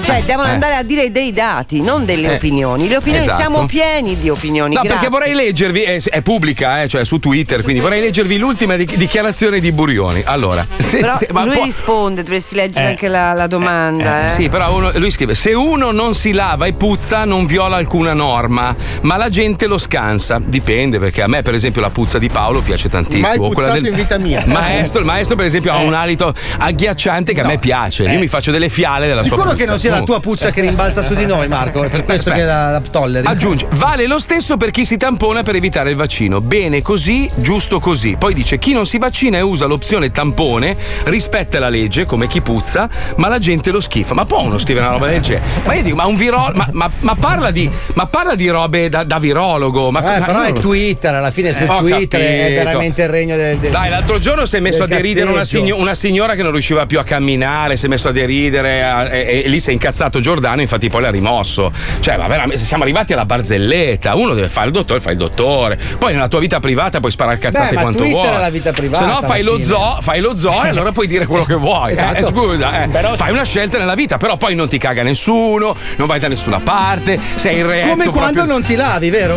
Cioè, devono andare a dire dei dati, non delle opinioni. Le opinioni, esatto. siamo pieni di opinioni. No, grazie. perché vorrei leggervi, è pubblica, cioè su Twitter, quindi vorrei leggervi l'ultima dichiarazione di Burioni. Allora, però lui risponde, dovresti leggere anche la domanda. Sì, però lui scrive: se uno non si lava e puzza non viola alcuna norma, ma la gente lo scansa. Dipende, perché a me per esempio la puzza di Paolo piace tantissimo. Mai puzzato in vita mia. Il maestro per esempio ha un alito agghiacciante che a me piace. Io mi faccio delle fiale della sua puzza. Sicuro che non sia la tua puzza che rimbalza su di noi, Marco, è per questo che la tolleri. Aggiunge: vale lo stesso per chi si tampona per evitare il vaccino. Bene così, giusto così. Poi dice: chi non si vaccina e usa l'opzione tampone rispetta la legge come chi puzza, ma la gente lo schifa. Ma può uno scrivere una roba del genere? Ma io dico, ma un virologo, ma parla di robe da virologo. Però è Twitter, alla fine su Twitter è veramente il regno del Dai, l'altro giorno si è messo a deridere una signora che non riusciva più a camminare, si è messo a deridere e lì si è incazzato Giordano, infatti poi l'ha rimosso. Cioè, ma veramente siamo arrivati alla barzelletta. Uno deve fare il dottore, fa il dottore. Poi nella tua vita privata puoi sparare cazzate quanto Twitter vuoi. È la vita privata. Se no fai lo zoo e allora puoi dire quello che vuoi. Esatto. Scusa, però fai una scelta nella vita, però poi non ti caga nessuno, non vai da nessuna parte, sei il reetto. Come quando non ti lavi, vero?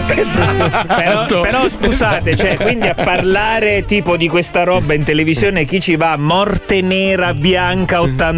Esatto. Però scusate, cioè, quindi a parlare tipo di questa roba in televisione chi ci va? Morte nera bianca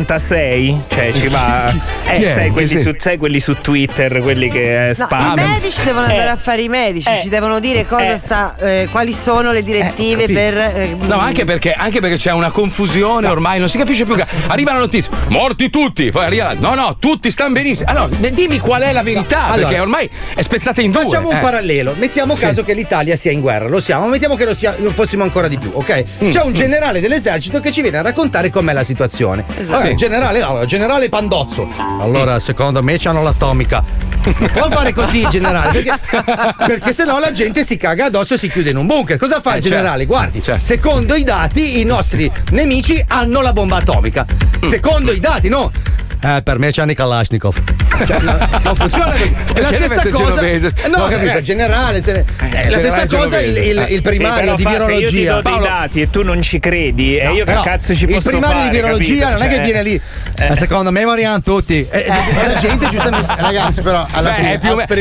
86? Cioè ci va. Sai quelli su Twitter, quelli che spam. I medici devono andare a fare i medici, ci devono dire cosa quali sono le direttive per. No, anche perché c'è una confusione ormai, non si capisce più. Arriva la notizia, morti tutti, poi arriva no, tutti stanno benissimo. Allora, dimmi qual è la verità, perché ormai è spezzata in due. Facciamo un parallelo, mettiamo caso che l'Italia sia in guerra, lo siamo, mettiamo che lo fossimo ancora di più, ok? C'è un generale dell'esercito che ci viene a raccontare com'è la situazione. Allora, generale Pandozzo. Allora, secondo me c'hanno l'atomica. Può fare così il generale, perché sennò la gente si caga addosso e si chiude in un bunker. Cosa fa il generale? Guardi, secondo i dati i nostri nemici hanno la bomba atomica. Secondo i dati, no? Per me c'hanno i Kalashnikov. Cioè, non funziona così. È la stessa cosa. No, capito, generale. È la stessa cosa il primario di virologia. Se io ti do dei dati e tu non ci credi, e io che cazzo ci posso fare? Il primario di virologia non è che viene lì. Secondo me moriamo tutti. E la gente, giustamente, ragazzi, però alla fine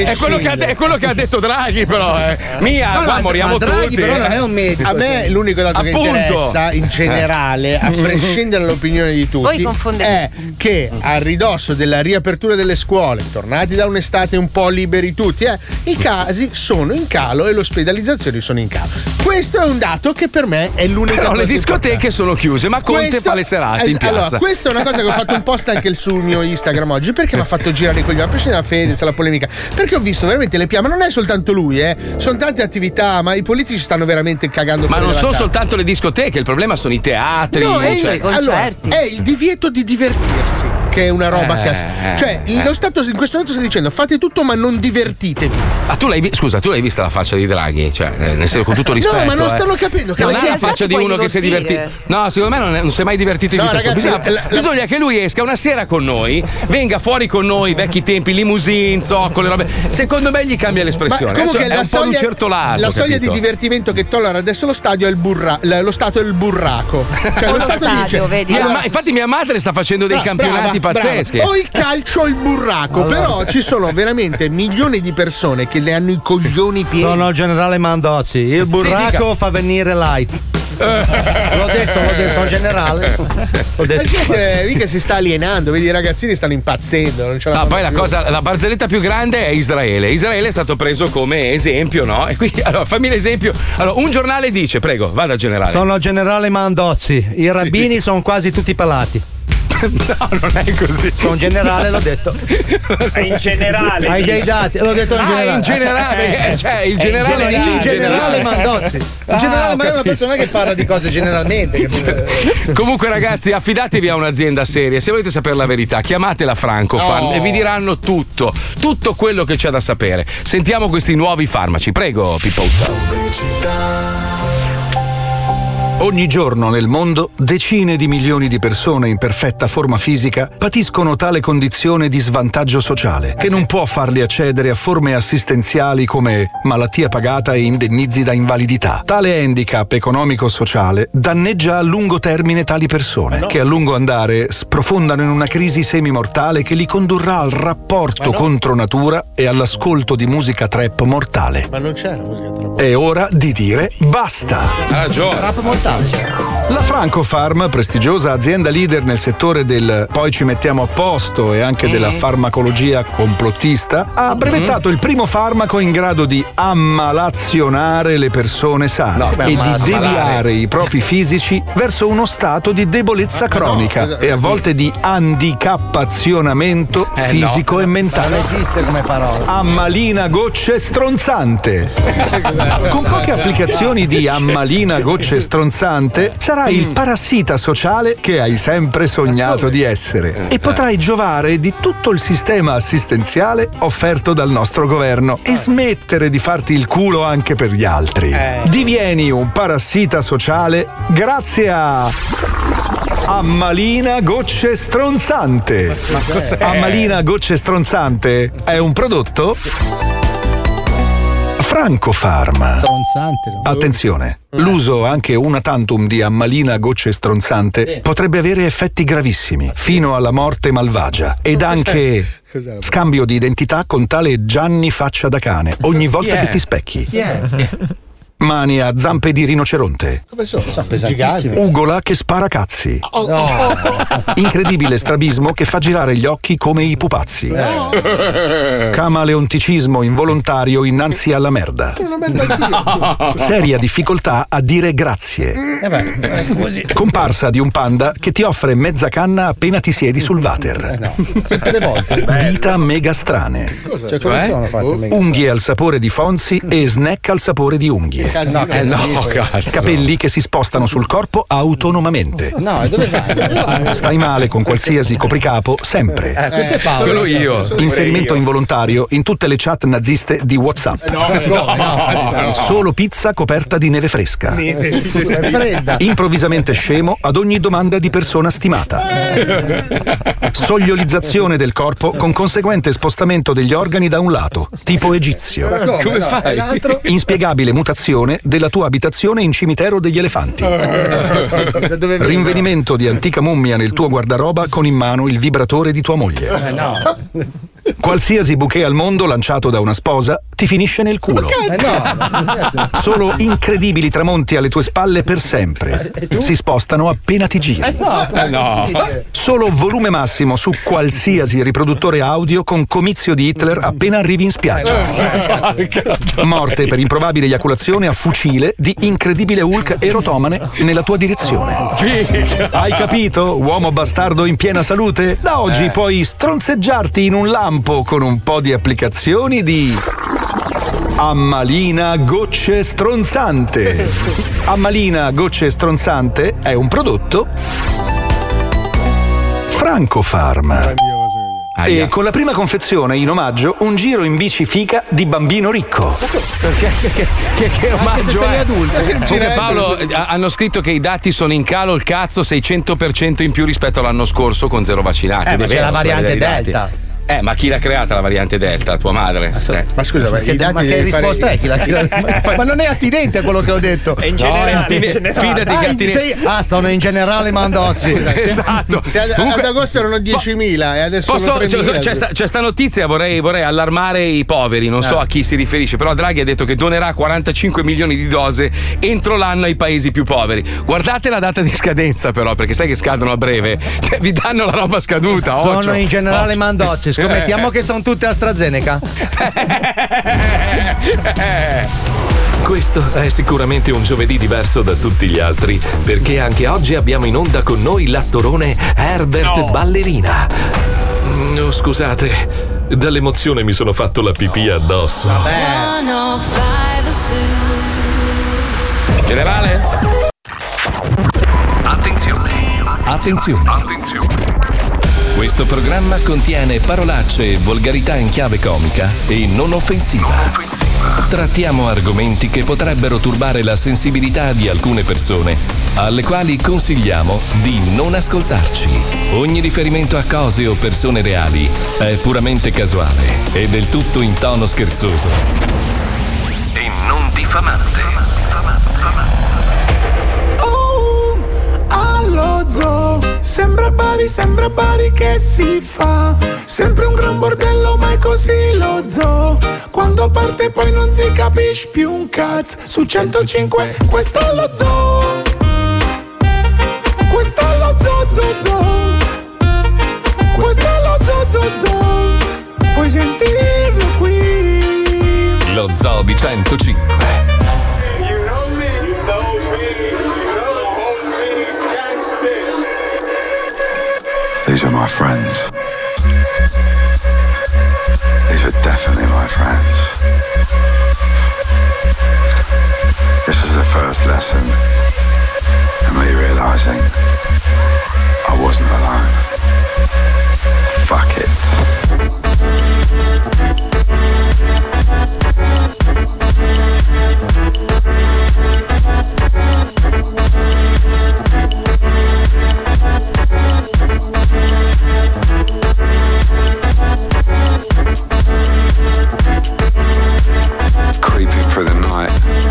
è quello che ha detto Draghi, però. Moriamo Draghi, tutti. però non è un medico. A me l'unico dato che interessa in generale, a prescindere dall'opinione di tutti, è che a ridosso della riapertura delle scuole, tornati da un'estate un po' liberi tutti, i casi sono in calo e le ospedalizzazioni sono in calo. Questo è un dato che per me è l'unica cosa. Però le discoteche importante. Sono chiuse, ma Conte fa le serate in piazza. Allora, questa è una cosa che ho fatto un post anche sul mio Instagram oggi, perché mi ha fatto girare i coglioni, a prescindere da Fedez, la polemica, perché ho visto veramente le piame, ma non è soltanto lui, sono tante attività, ma i politici stanno veramente cagando. Ma non sono soltanto le discoteche, il problema sono i teatri. No, è il divieto di divertirsi, che è una roba lo Stato in questo momento sta dicendo fate tutto ma non divertitevi. Tu l'hai vista la faccia di Draghi? Cioè, nel senso, con tutto rispetto. No, ma non stanno capendo che non è la faccia di uno che si è divertito. No, secondo me non si è mai divertito in vita sua. Bisogna che lui esca una sera con noi, venga fuori con noi, vecchi tempi, limousine, zoccole, robe. Secondo me gli cambia l'espressione. Ma comunque è un po' lucertolato. La soglia di divertimento che tollera adesso lo stadio è lo Stato è il burraco. Cioè lo Stato dice. Vedi, infatti mia madre sta facendo dei campionati pazzeschi. O il calcio o il burraco. Però ci sono veramente milioni di persone che le hanno i coglioni pieni. Sono il generale Mandozzi. Il burraco fa venire lights. L'ho detto, sono generale. La gente mica si sta alienando, vedi, i ragazzini stanno impazzendo. Non ce la poi più. la barzelletta più grande è Israele. Israele è stato preso come esempio, no? E quindi, allora, fammi l'esempio. Allora, un giornale dice, prego, vada generale. Sono il generale Mandozzi. I rabbini sono quasi tutti pelati. No, non è così. Sono generale, l'ho detto. In generale. Hai dei dati, l'ho detto in generale. In generale, cioè il generale in generale Mandozzi. In generale, ma è una persona che parla di cose generalmente. Comunque, ragazzi, affidatevi a un'azienda seria. Se volete sapere la verità, chiamatela Francofarm e vi diranno tutto quello che c'è da sapere. Sentiamo questi nuovi farmaci. Prego, Pippo. Ogni giorno nel mondo decine di milioni di persone in perfetta forma fisica patiscono tale condizione di svantaggio sociale che non può farli accedere a forme assistenziali come malattia pagata e indennizi da invalidità. Tale handicap economico-sociale danneggia a lungo termine tali persone che a lungo andare sprofondano in una crisi semimortale che li condurrà al rapporto contro natura e all'ascolto di musica trap mortale. Ma non c'è la musica trap. È ora di dire basta. Ha ragione. Rap mortale. La Francofarm, prestigiosa azienda leader nel settore del poi ci mettiamo a posto e anche della farmacologia complottista, ha brevettato il primo farmaco in grado di ammalazionare le persone sane e di deviare i propri fisici verso uno stato di debolezza cronica e a volte di handicappazionamento fisico e mentale. Non esiste come parola. Ammalina gocce stronzante. Con poche applicazioni di ammalina gocce stronzante sarai il parassita sociale che hai sempre sognato di essere e potrai giovare di tutto il sistema assistenziale offerto dal nostro governo e smettere di farti il culo anche per gli altri. Divieni un parassita sociale grazie a Ammalina gocce stronzante. Ammalina gocce stronzante è un prodotto Francofarm. Attenzione, l'uso anche una tantum di ammalina gocce stronzante potrebbe avere effetti gravissimi, fino alla morte malvagia ed anche scambio di identità con tale Gianni faccia da cane ogni volta che ti specchi. Mani a zampe di rinoceronte. Come sono? Ugola che spara cazzi. Incredibile strabismo che fa girare gli occhi come i pupazzi. Camaleonticismo involontario innanzi alla merda. Seria difficoltà a dire grazie. Scusi. Comparsa di un panda che ti offre mezza canna appena ti siedi sul water. Tutte le volte. Dita mega strane. Cioè, come sono fatte mega Unghie al sapore di Fonzi e snack al sapore di unghie. No, cazzo. Capelli che si spostano sul corpo autonomamente. No, dove vai? Stai male con qualsiasi copricapo sempre. Questo è Paolo. Quello io. Inserimento involontario in tutte le chat naziste di WhatsApp. Solo pizza coperta di neve fresca. È fredda. Improvvisamente scemo ad ogni domanda di persona stimata. Sogliolizzazione del corpo con conseguente spostamento degli organi da un lato, tipo egizio. Come fai? Inspiegabile mutazione della tua abitazione in cimitero degli elefanti. Rinvenimento di antica mummia nel tuo guardaroba con in mano il vibratore di tua moglie. Qualsiasi bouquet al mondo lanciato da una sposa ti finisce nel culo. Solo incredibili tramonti alle tue spalle per sempre. Si spostano appena ti giri. Solo volume massimo su qualsiasi riproduttore audio con comizio di Hitler appena arrivi in spiaggia. Morte per improbabile eiaculazione a fucile di incredibile Hulk erotomane nella tua direzione. Hai capito, uomo bastardo in piena salute? Da oggi puoi stronzeggiarti in un lampo con un po' di applicazioni di Ammalina gocce stronzante. Ammalina gocce stronzante è un prodotto Francofarm. E con la prima confezione in omaggio un giro in bici fica di bambino ricco. Che omaggio se sei è? adulto. Comunque, Paolo, hanno scritto che i dati sono in calo, il cazzo 600% in più rispetto all'anno scorso con 0 vaccinati. Ma c'è la variante Delta. Ma chi l'ha creata la variante Delta? Tua madre? Ma scusa, ma i dati che risposta è? Ma non è attinente a quello che ho detto. È in generale. Fidati che sono in generale Mandozzi. Esatto. Ad agosto erano 10.000 e adesso sono 3.000. C'è sta notizia, vorrei allarmare i poveri, non so a chi si riferisce, però Draghi ha detto che donerà 45 milioni di dosi entro l'anno ai paesi più poveri. Guardate la data di scadenza però, perché sai che scadono a breve, cioè, vi danno la roba scaduta. Sono in generale Mandozzi. Scommettiamo che sono tutte AstraZeneca. Questo è sicuramente un giovedì diverso da tutti gli altri, perché anche oggi abbiamo in onda con noi l'attorone Herbert Ballerina. No, scusate, dall'emozione mi sono fatto la pipì addosso. Generale? Attenzione. Questo programma contiene parolacce e volgarità in chiave comica e non offensiva. Trattiamo argomenti che potrebbero turbare la sensibilità di alcune persone, alle quali consigliamo di non ascoltarci. Ogni riferimento a cose o persone reali è puramente casuale e del tutto in tono scherzoso e non diffamante. Allo zoo, sembra Bari che si fa. Sempre un gran bordello, ma è così lo zoo. Quando parte poi non si capisce più un cazzo. Su 105, questo è lo zoo. Questo è lo zoo, zoo, zoo. Questo è lo zoo, zoo, zoo. Puoi sentirlo qui. Lo zoo di 105. These are my friends. These are definitely my friends. This was the first lesson in me realizing I wasn't alone. Fuck it. Creeping through the night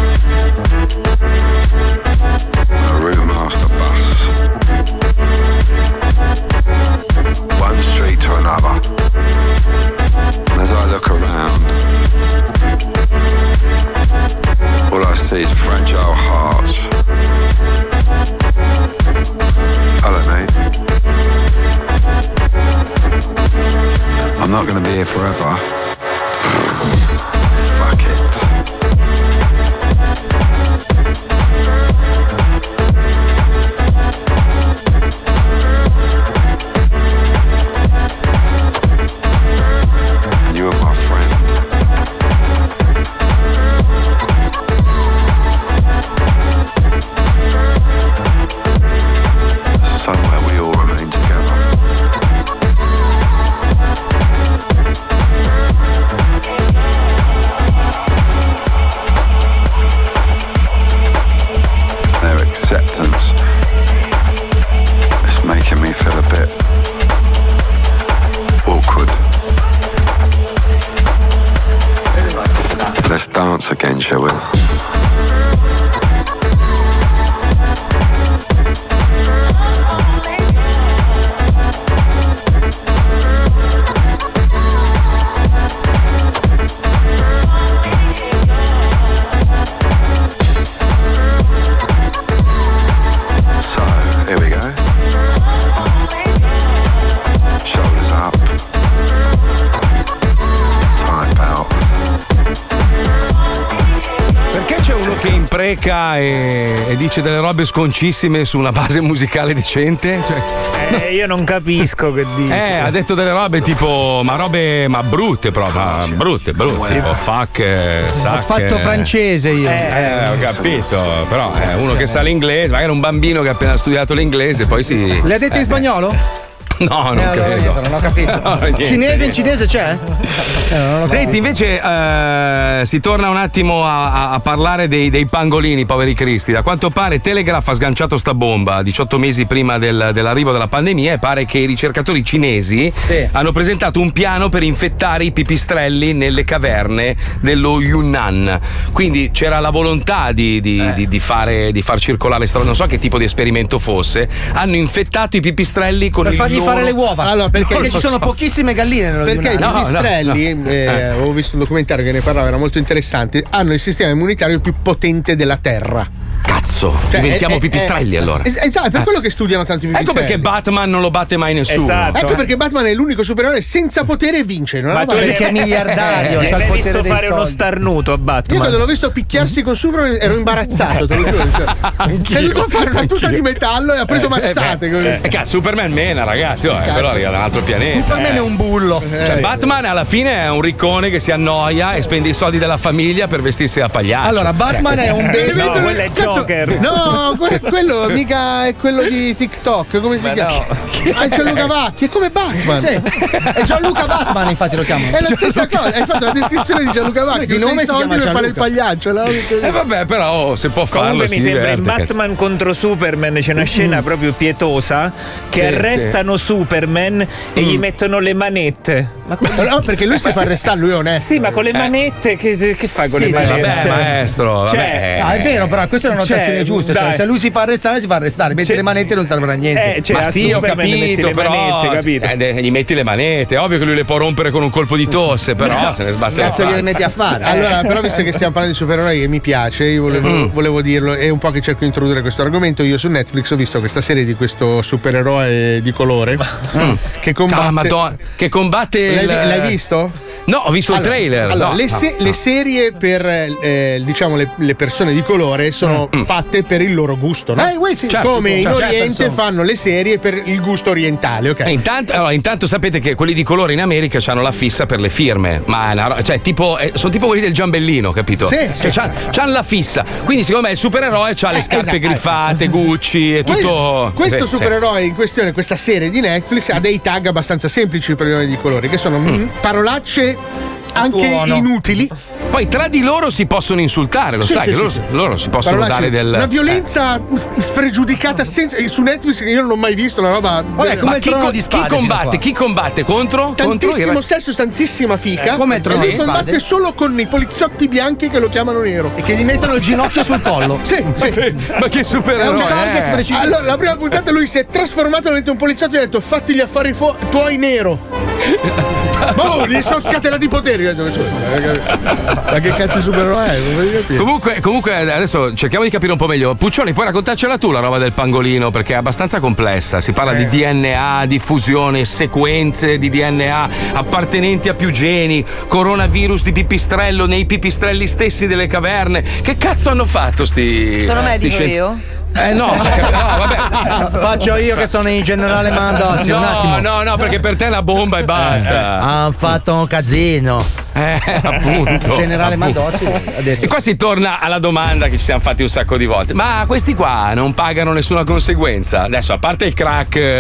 on a Roughmaster bus, one street to another, and as I look around, all I see is fragile hearts. Hello, mate. I'm not going to be here forever. Fuck it. You are my friend. Somewhere we all remain together. Their acceptance is making me feel a bit awkward. Let's dance again, shall we? Here we go. Shoulders up. Tight belt. Perché c'è uno che impreca e dice delle robe sconcissime su una base musicale decente? Cioè, io non capisco che dice. Ha detto delle robe tipo, ma brutte proprio, brutte. Tipo fuck, suck. Ho fatto francese io. Ho capito, però è uno che sa l'inglese, magari un bambino che ha appena studiato l'inglese, poi si. Le ha dette in spagnolo? No, non credo. Niente, non ho capito. No, niente. Cinese, in cinese c'è? Senti, invece si torna un attimo a parlare dei pangolini, poveri cristi. Da quanto pare Telegraph ha sganciato sta bomba 18 mesi prima dell'arrivo della pandemia e pare che i ricercatori cinesi hanno presentato un piano per infettare i pipistrelli nelle caverne dello Yunnan. Quindi c'era la volontà di far circolare non so che tipo di esperimento fosse. Hanno infettato i pipistrelli con per il fargli fare le uova. Allora, perché ci sono pochissime galline nello perché Yunnan. i pipistrelli, avevo visto un documentario che ne parlava, era molto interessante, hanno il sistema immunitario più potente della Terra. Cazzo, diventiamo pipistrelli allora. Esatto, è per quello che studiano tanto i pipistrelli. Ecco perché Batman non lo batte mai nessuno. Esatto. Ecco perché Batman è l'unico supereroe senza potere e vince. Non Ma tu perché è miliardario. Hai c'ha il potere visto dei fare uno soldi. starnuto a Batman? Io quando l'ho visto picchiarsi con Superman ero imbarazzato, te lo giuro. Si è dovuto fare una tuta di metallo e ha preso mazzate. Cazzo, Superman mena, ragazzi, però arriva da un altro pianeta. Superman è un bullo. Cioè, Batman alla fine è un riccone che si annoia e spende i soldi della famiglia per vestirsi da pagliaccio. Allora, Batman è un baby. No, quello è Cazzo, Zucker. No, quello mica è quello di TikTok, come si chiama? È Gianluca Vacchi, è come Batman. Sì. È Gianluca Batman, infatti lo chiamano. È la stessa cosa, hai fatto la descrizione di Gianluca Vacchi. Di nome si chiama per fare il pagliaccio. Vabbè, però se può farlo. Comunque mi sembra in Batman contro Superman c'è una scena proprio pietosa che arrestano Superman e gli mettono le manette. Ma no, perché lui si fa arrestare, lui è onesto. Sì, ma con le manette che fa con le manette? Vabbè, maestro, cioè, è vero, però questa è una notazione giusta. Cioè, se lui si fa arrestare, mentre le manette non servono a niente. Ma sì, ho capito, però manette, capito? Gli metti le manette, ovvio che lui le può rompere con un colpo di tosse, però se ne sbatte. Cazzo gliele metti a fare? Allora, però visto che stiamo parlando di supereroi che mi piace, io volevo dirlo, è un po' che cerco di introdurre questo argomento. Io su Netflix ho visto questa serie di questo supereroe di colore che combatte. Madonna, che combatte L'hai visto? No, ho visto il trailer. Allora, le serie per diciamo le persone di colore sono fatte per il loro gusto, no? Come in Oriente fanno le serie per il gusto orientale, ok? Intanto sapete che quelli di colore in America hanno la fissa per le firme, ma cioè sono tipo quelli del Giambellino, capito? Sì. C'hanno la fissa. Quindi siccome il supereroe c'ha le scarpe griffate, Gucci e tutto. Questo supereroe in questione, questa serie di Netflix, ha dei tag abbastanza semplici per i di colore, che sono parolacce anche inutili. Poi tra di loro si possono insultare, lo sai, loro si possono dare una violenza spregiudicata su Netflix che io non ho mai visto, una roba. Vabbè, come il Trono di Spade. Chi combatte contro? Tantissimo sesso, tantissima fica. Come il Trono di Spade. Combatte solo con i poliziotti bianchi che lo chiamano nero e che gli mettono il ginocchio sul collo. Sì. Ma che supereroe! È un target preciso. Allora, la prima puntata lui si è trasformato in un poliziotto e ha detto: fatti gli affari tuoi nero. Gli sono scatenati i poteri. Ma che cazzo di supereroe è? Comunque adesso cerchiamo di capire un po' meglio. Puccioni, puoi raccontarcela tu la roba del pangolino, perché è abbastanza complessa. Si parla di DNA, di fusione, sequenze di DNA appartenenti a più geni, coronavirus di pipistrello nei pipistrelli stessi delle caverne. Che cazzo hanno fatto sti? Sono medico io? No, vabbè. Faccio io che sono in generale Mandozzi. Un attimo. No, perché per te è la bomba e basta. Han fatto un casino. Appunto. Generale Mandozzi ha detto. E qua si torna alla domanda che ci siamo fatti un sacco di volte. Ma questi qua non pagano nessuna conseguenza? Adesso, a parte il crack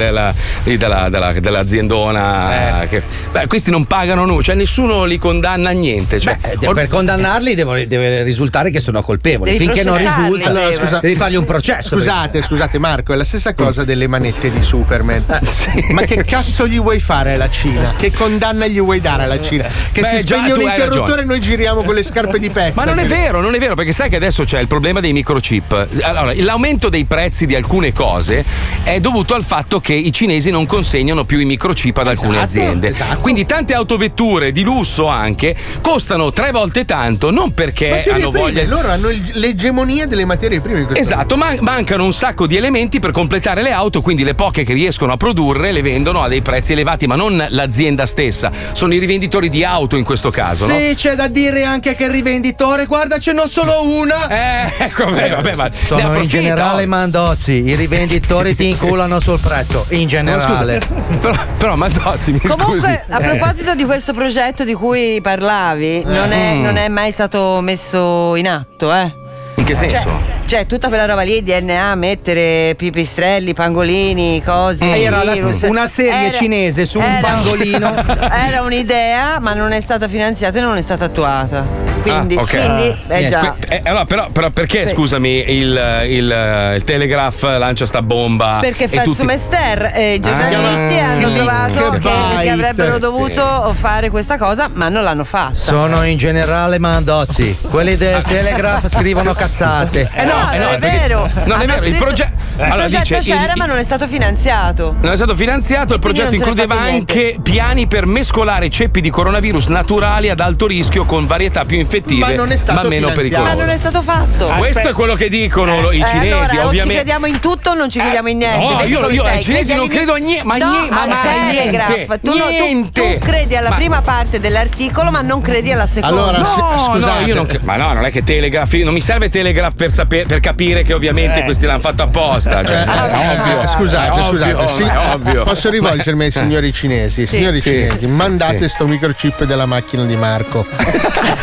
dell'aziendona, questi non pagano nulla, cioè nessuno li condanna a niente. Cioè, per condannarli deve risultare che sono colpevoli. Finché non risulta, devi fargli un processo. Scusate Marco, è la stessa cosa delle manette di Superman. Ma che cazzo gli vuoi fare alla Cina? Che condanna gli vuoi dare alla Cina? Che se spegne un interruttore noi giriamo con le scarpe di pezza. Ma non è vero, perché sai che adesso c'è il problema dei microchip. Allora, l'aumento dei prezzi di alcune cose è dovuto al fatto che i cinesi non consegnano più i microchip ad alcune aziende. Quindi tante autovetture di lusso anche costano 3 volte tanto, non perché hanno voglia. Loro hanno l'egemonia delle materie prime. Esatto, mancano un sacco di elementi per completare le auto, quindi le poche che riescono a produrre le vendono a dei prezzi elevati, ma non l'azienda stessa, sono i rivenditori di auto in questo caso. Sì, no? C'è da dire anche che il rivenditore, guarda, ce n'ho solo una. Vabbè, ma sono in generale Mandozzi, i rivenditori ti inculano sul prezzo, in generale. Però Mandozzi, mi comunque, scusi. A proposito di questo progetto di cui parlavi, non è mai stato messo in atto, In che senso? Cioè, tutta quella roba lì, DNA, mettere pipistrelli, pangolini, cose. Era una serie cinese su un pangolino. Era un'idea, ma non è stata finanziata e non è stata attuata. Quindi già. Allora, però perché, scusami, il Telegraph lancia sta bomba? Perché Fazio Mester e i giornalisti hanno trovato che avrebbero dovuto fare questa cosa, ma non l'hanno fatta. Sono in generale Mandozzi. Quelli del Telegraph scrivono cazzate. Non è vero. Non è vero, il progetto. Allora, c'era, ma non è stato finanziato. Non è stato finanziato, il progetto includeva anche piani per mescolare ceppi di coronavirus naturali ad alto rischio con varietà più infettive, ma meno pericolose. Ma non è stato fatto. Questo è quello che dicono i cinesi, allora, ovviamente. O ci crediamo in tutto o non ci crediamo in niente. No, io ai cinesi non credo a niente. Al Telegraph. Tu credi alla prima parte dell'articolo, ma non credi alla seconda. Allora, scusate. Io non è che Telegraph, non mi serve Telegraph per capire che ovviamente questi l'hanno fatto apposta. Cioè, ovvio. Scusate. Sì, ovvio. Posso rivolgermi ai signori cinesi? Signori cinesi, mandate sto microchip della macchina di Marco.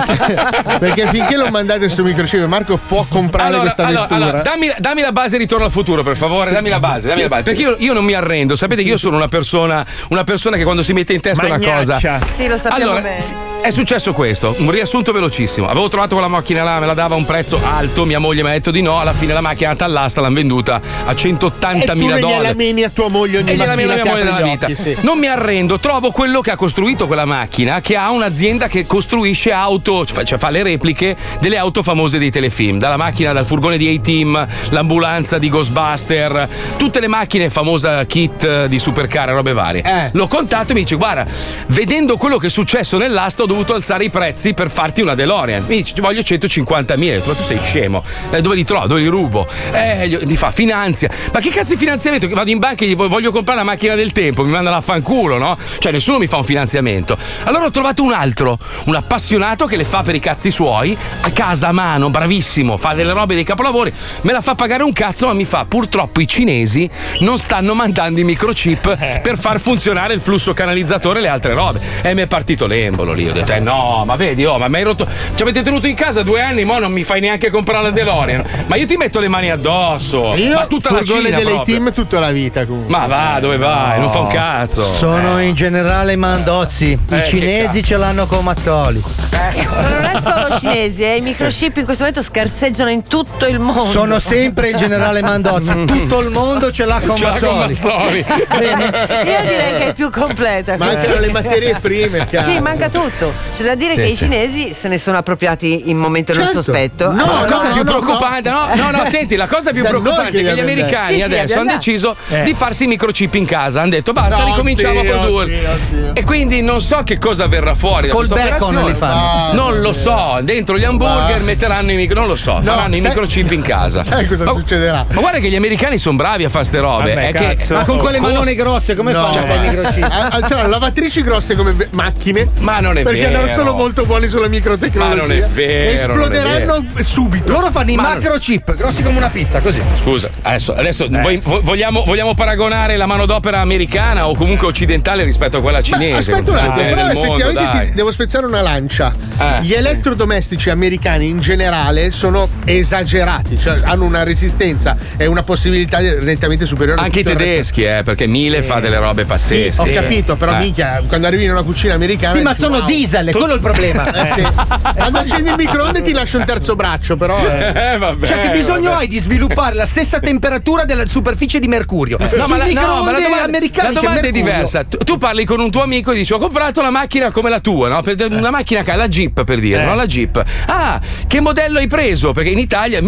Perché finché non mandate sto microchip, Marco può comprare questa vettura. Allora, dammi la base Ritorno al futuro, per favore, dammi la base. Perché io non mi arrendo. Sapete che io sono una persona che quando si mette in testa una cosa. Sì, lo sappiamo bene. È successo questo, un riassunto velocissimo. Avevo trovato quella macchina là, me la dava a un prezzo alto, mia moglie mi ha detto di no, alla fine la macchina è andata all'asta, l'hanno venduta a $180.000. E gliela meni a tua moglie ogni mattina mia moglie nella vita. Sì. Non mi arrendo, trovo quello che ha costruito quella macchina, che ha un'azienda che costruisce auto, cioè fa le repliche delle auto famose dei telefilm, dalla macchina, dal furgone di A-Team, l'ambulanza di Ghostbuster, tutte le macchine, famosa kit di supercar e robe varie. L'ho contatto e mi dice: guarda, vedendo quello che è successo nell'asta ho dovuto alzare i prezzi per farti una DeLorean. Mi dice: ci voglio $150.000. Ma tu sei scemo, dove li trovo? Dove li rubo? Mi fa: finanzia. Ma che cazzo di finanziamento? Vado in banca e gli voglio comprare la macchina del tempo, mi mandano a fanculo, no? Cioè nessuno mi fa un finanziamento. Allora ho trovato un appassionato che le fa per i cazzi suoi, a casa a mano, bravissimo, fa delle robe dei capolavori, me la fa pagare un cazzo, ma mi fa: purtroppo i cinesi non stanno mandando i microchip per far funzionare il flusso canalizzatore e le altre robe. E mi è partito l'embolo lì. Ho detto: no, ma vedi, ma mi hai rotto. Ci avete tenuto in casa 2 anni, mo non mi fai neanche comprare la DeLorean. Ma io ti metto le mani addosso. Io tutta la Cina delle team tutta la vita comunque. Ma va, dove vai? Non fa un cazzo. Sono in generale mandozzi. I cinesi ce l'hanno con Mazzoli. Non è solo cinesi, i microchip in questo momento scarseggiano in tutto il mondo. Sono sempre il generale Mandozzi. Tutto il mondo ce l'ha con Mazzoli. Bene. Io direi che è più completa. Mancano le materie prime, cazzo. Sì, manca tutto. C'è da dire che i cinesi se ne sono appropriati in momento non sospetto. La cosa più preoccupante, no, attenti, la cosa più preoccupante è che gli americani adesso hanno deciso di farsi i microchip in casa. Hanno detto: basta, ricominciamo a produrre. E quindi non so che cosa verrà fuori da questa operazione. Li fanno. Non lo so, dentro gli hamburger metteranno non lo so, faranno i microchip in casa. Sai cosa succederà? Ma guarda che gli americani sono bravi a fare ste robe. Ma con quelle manone grosse come fanno a fare i microchip? C'erano lavatrici grosse come macchine. Ma non è perché vero. Perché non sono molto buoni sulla microtecnologia. Ma non è vero. Esploderanno subito. Loro fanno i macrochip grossi come una pizza, così. Scusa, adesso vogliamo paragonare la manodopera americana o comunque occidentale rispetto a quella cinese? Aspetta un attimo, però effettivamente devo spezzare una lancia. Gli elettrodomestici americani in generale sono esagerati, cioè hanno una resistenza e una possibilità nettamente superiore. Anche i tedeschi, perché Miele fa delle robe pazzesche. Sì, ho capito, però minchia, quando arrivi in una cucina americana. Sì, ma sono diesel, è quello il problema. Sì. Quando accendi il microonde ti lascio un terzo braccio, però. Vabbè, cioè, che bisogno hai di sviluppare la stessa temperatura della superficie di Mercurio? No, ma microonde americani la domanda è diversa. Tu parli con un tuo amico e dici: ho comprato una macchina come la tua, no? Una macchina che ha la Jeep, per dire, no? La Jeep. Ah, che modello hai preso? Perché in Italia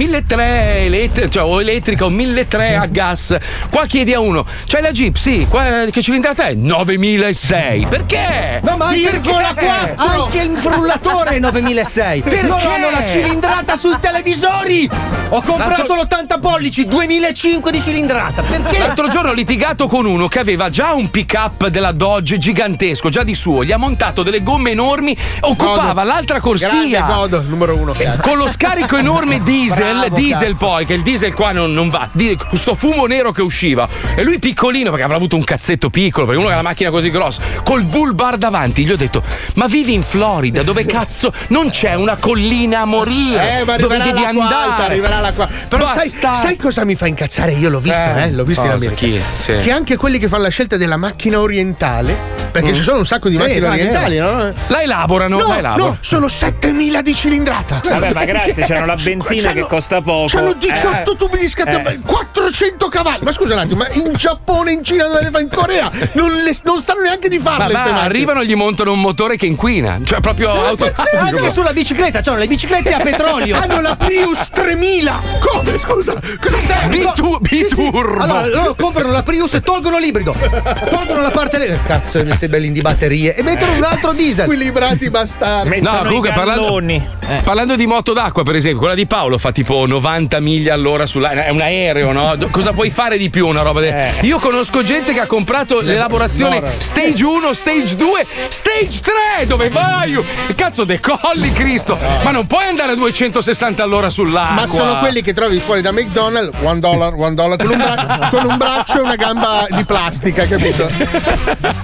1.300 o elettrica o 1.300 a gas. Qua chiedi a uno: c'hai la Jeep? Sì. Che cilindrata è? 9.600. Perché? No, ma anche il frullatore è 9.600. Perché? Loro hanno la cilindrata sui televisori. Ho comprato l'80 pollici, 2.500 di cilindrata. Perché? L'altro giorno ho litigato con uno che aveva già un pick-up della Dodge gigantesco, già di suo. Gli ha montato delle gomme enormi, occupava l'altra corsia. Godo, numero 1. Con lo scarico enorme diesel, poi, che il diesel qua non va. Questo fumo nero che usciva. E lui piccolino, perché avrà avuto un cazzetto piccolo, perché uno che ha la macchina così grossa, col bull bar davanti. Gli ho detto: ma vivi in Florida, dove cazzo non c'è una collina a morire? Ma dove devi andare? Arriverà la qua. Però sai cosa mi fa incazzare? Io l'ho visto, l'ho visto in America. Sì. Che anche quelli che fanno la scelta della macchina orientale, perché ci sono un sacco di macchine orientali, no? La elaborano. No, sono 7.000 di cilindrata. Vabbè, ma grazie, c'hanno la benzina che costa poco. C'hanno 18 tubi di scatto, 400 cavalli. Ma scusa un attimo, ma in Giappone, in Cina, in Corea non sanno neanche di farle. Arrivano e gli montano un motore che inquina. Cioè, proprio anche sulla bicicletta, c'hanno le biciclette a petrolio. Hanno la Prius 3000. Come? Scusa, cosa serve? Biturbo. Allora, loro comprano la Prius e tolgono l'ibrido. Tolgono la parte. Cazzo, queste bellini di batterie. E mettono un altro diesel. Equilibrati bastardi. No, comunque parlando di moto d'acqua, per esempio, quella di Paolo fa tipo 90 miglia all'ora è un aereo, no? Cosa puoi fare di più una roba Io conosco gente che ha comprato l'elaborazione stage 1, stage 2, stage 3. Dove vai? Cazzo, decolli, Cristo. Ma non puoi andare a 260 all'ora sull'acqua. Ma sono quelli che trovi fuori da McDonald's, $1 con un braccio e una gamba di plastica, capito?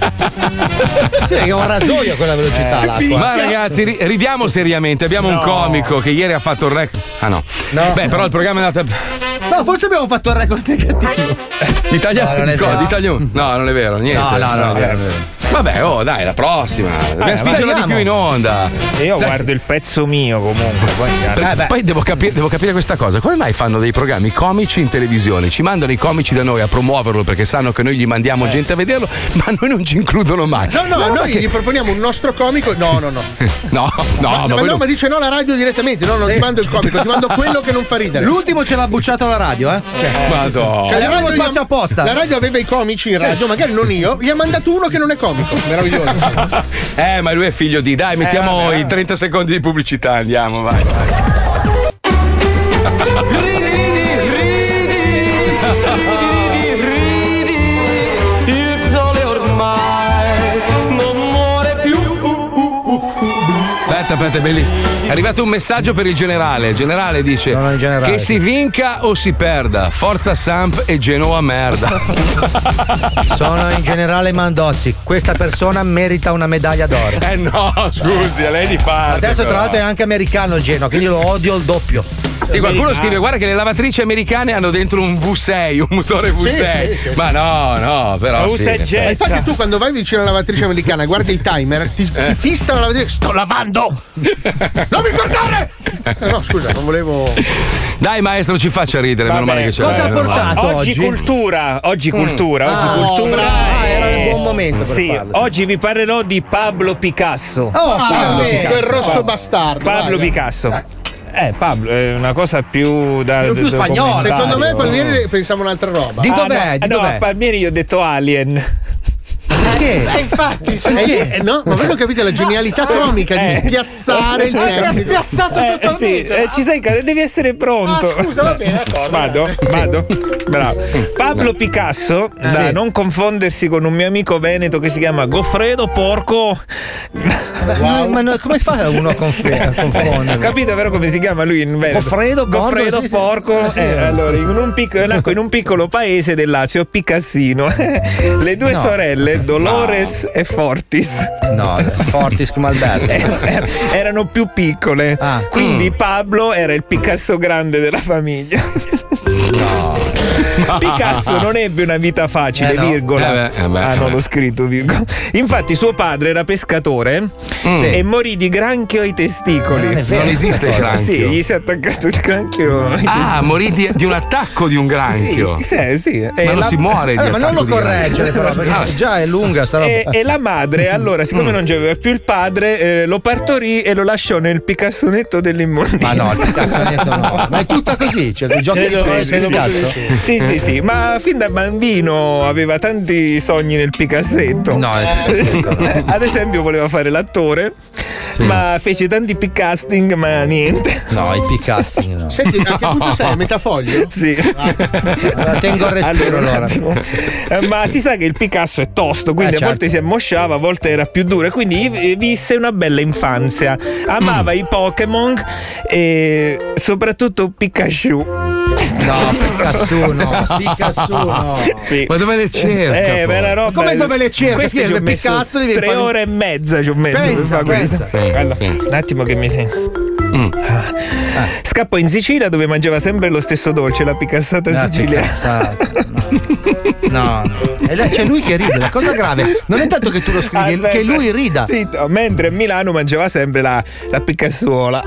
Sì, è un rasoio a quella velocità l'acqua. Ma ragazzi, ridiamo seriamente. Abbiamo un comico che ieri ha fatto il record. Ah no. Beh, però il programma è andato. No, forse abbiamo fatto il record negativo. Italiano? No, non è vero. Italiano? No, non è vero, niente. No, non è vero. Vabbè, dai, la prossima. Dobbiamo spingerla di più in onda. Io guardo il pezzo mio comunque. Poi devo capire questa cosa. Come mai fanno dei programmi comici in televisione? Ci mandano i comici da noi a promuoverlo perché sanno che noi gli mandiamo gente a vederlo, ma noi non ci includono mai. No, noi gli proponiamo un nostro comico. No. Ma dice no la radio direttamente. No, non ti mando il comico, ti mando quello che non fa ridere. L'ultimo ce l'ha bucciato la radio, eh? Madonna. Cioè, avevamo spazio apposta. La radio aveva i comici in radio, magari non io. Gli ha mandato uno che non è comico. Meraviglioso. Ma lui è figlio di. Dai, mettiamo i 30 secondi di pubblicità. Andiamo, vai. Il sole ormai non muore più. Aspetta, è bellissimo. È arrivato un messaggio per il generale. Il generale dice che si vinca o si perda. Forza Samp e Genoa merda. Sono in generale Mandozzi. Questa persona merita una medaglia d'oro. No, scusi, a lei di parte. Adesso però. tra l'altro è anche americano il Genoa, quindi lo odio il doppio. Sì, qualcuno scrive: guarda che le lavatrici americane hanno dentro un V6, un motore V6. Sì. Ma no, però. Ma infatti tu quando vai vicino alla lavatrice americana, guardi il timer, ti fissa la lavatrice. Sto lavando! Non mi guardare! No, scusa, non volevo. Dai, maestro, ci faccia ridere. Meno male che c'è. Cosa ha portato oggi? Cultura. Oggi cultura. Era il buon momento per farlo. Oggi vi parlerò di Pablo Picasso. Quel rosso bastardo. Pablo Picasso. Pablo è una cosa più più spagnola. Secondo me Palmieri pensavo un'altra roba. Di dov'è? No, a Palmieri gli ho detto Alien. Perché? Infatti, no, ma voi non capite la genialità comica di spiazzare il tempo. Ha spiazzato totalmente. Ci sei, devi essere pronto. Scusa, va bene, Vado. Bravo. Pablo Picasso, da non confondersi con un mio amico veneto che si chiama Goffredo Porco. Ma come fa uno a confondere? Capito però come si chiama lui in veneto? Goffredo Porco. Allora, nacque in un piccolo paese del Lazio, Picassino. Le due sorelle, Dolores e Fortis. No, Fortis come Alberto. Erano più piccole. Quindi Pablo era il Picasso grande della famiglia. Picasso non ebbe una vita facile, virgola. Non l'ho scritto, virgola. Infatti suo padre era pescatore e morì di granchio ai testicoli. Non esiste il granchio. Sì, gli si è attaccato il granchio. Morì di un attacco di un granchio. Sì. Ma non si muore di ma non lo correggere però, perché già è lunga sta roba. E la madre, allora, siccome non c'aveva più il padre, lo partorì e lo lasciò nel Picassonetto dell'immondizia. Ma no, il Picassonetto no. Ma è tutta così, cioè i giochi di Sì, ma fin da bambino aveva tanti sogni nel Picassetto. No, ad esempio voleva fare l'attore, ma fece tanti pick-casting, ma niente. No, i pick-casting no. Senti, anche tu sei a metafoglio? Sì. Tengo il respiro allora. Ma si sa che il Picasso è tosto, quindi a volte si ammosciava, a volte era più duro, e quindi visse una bella infanzia. Amava i Pokémon e soprattutto Pikachu. No, Picasso no. Sì. Ma dove le cerca? Ma era roba. Come dove le cerca? Queste ci ho messo Picasso 3 ore e mezza ci ho messo per fare questo. Allora, un attimo che mi sento. Scappo in Sicilia dove mangiava sempre lo stesso dolce, la picassata siciliana. No. E là c'è lui che ride, la cosa grave non è tanto che tu lo scrivi, che lui rida. Zitto, mentre a Milano mangiava sempre la piccassuola.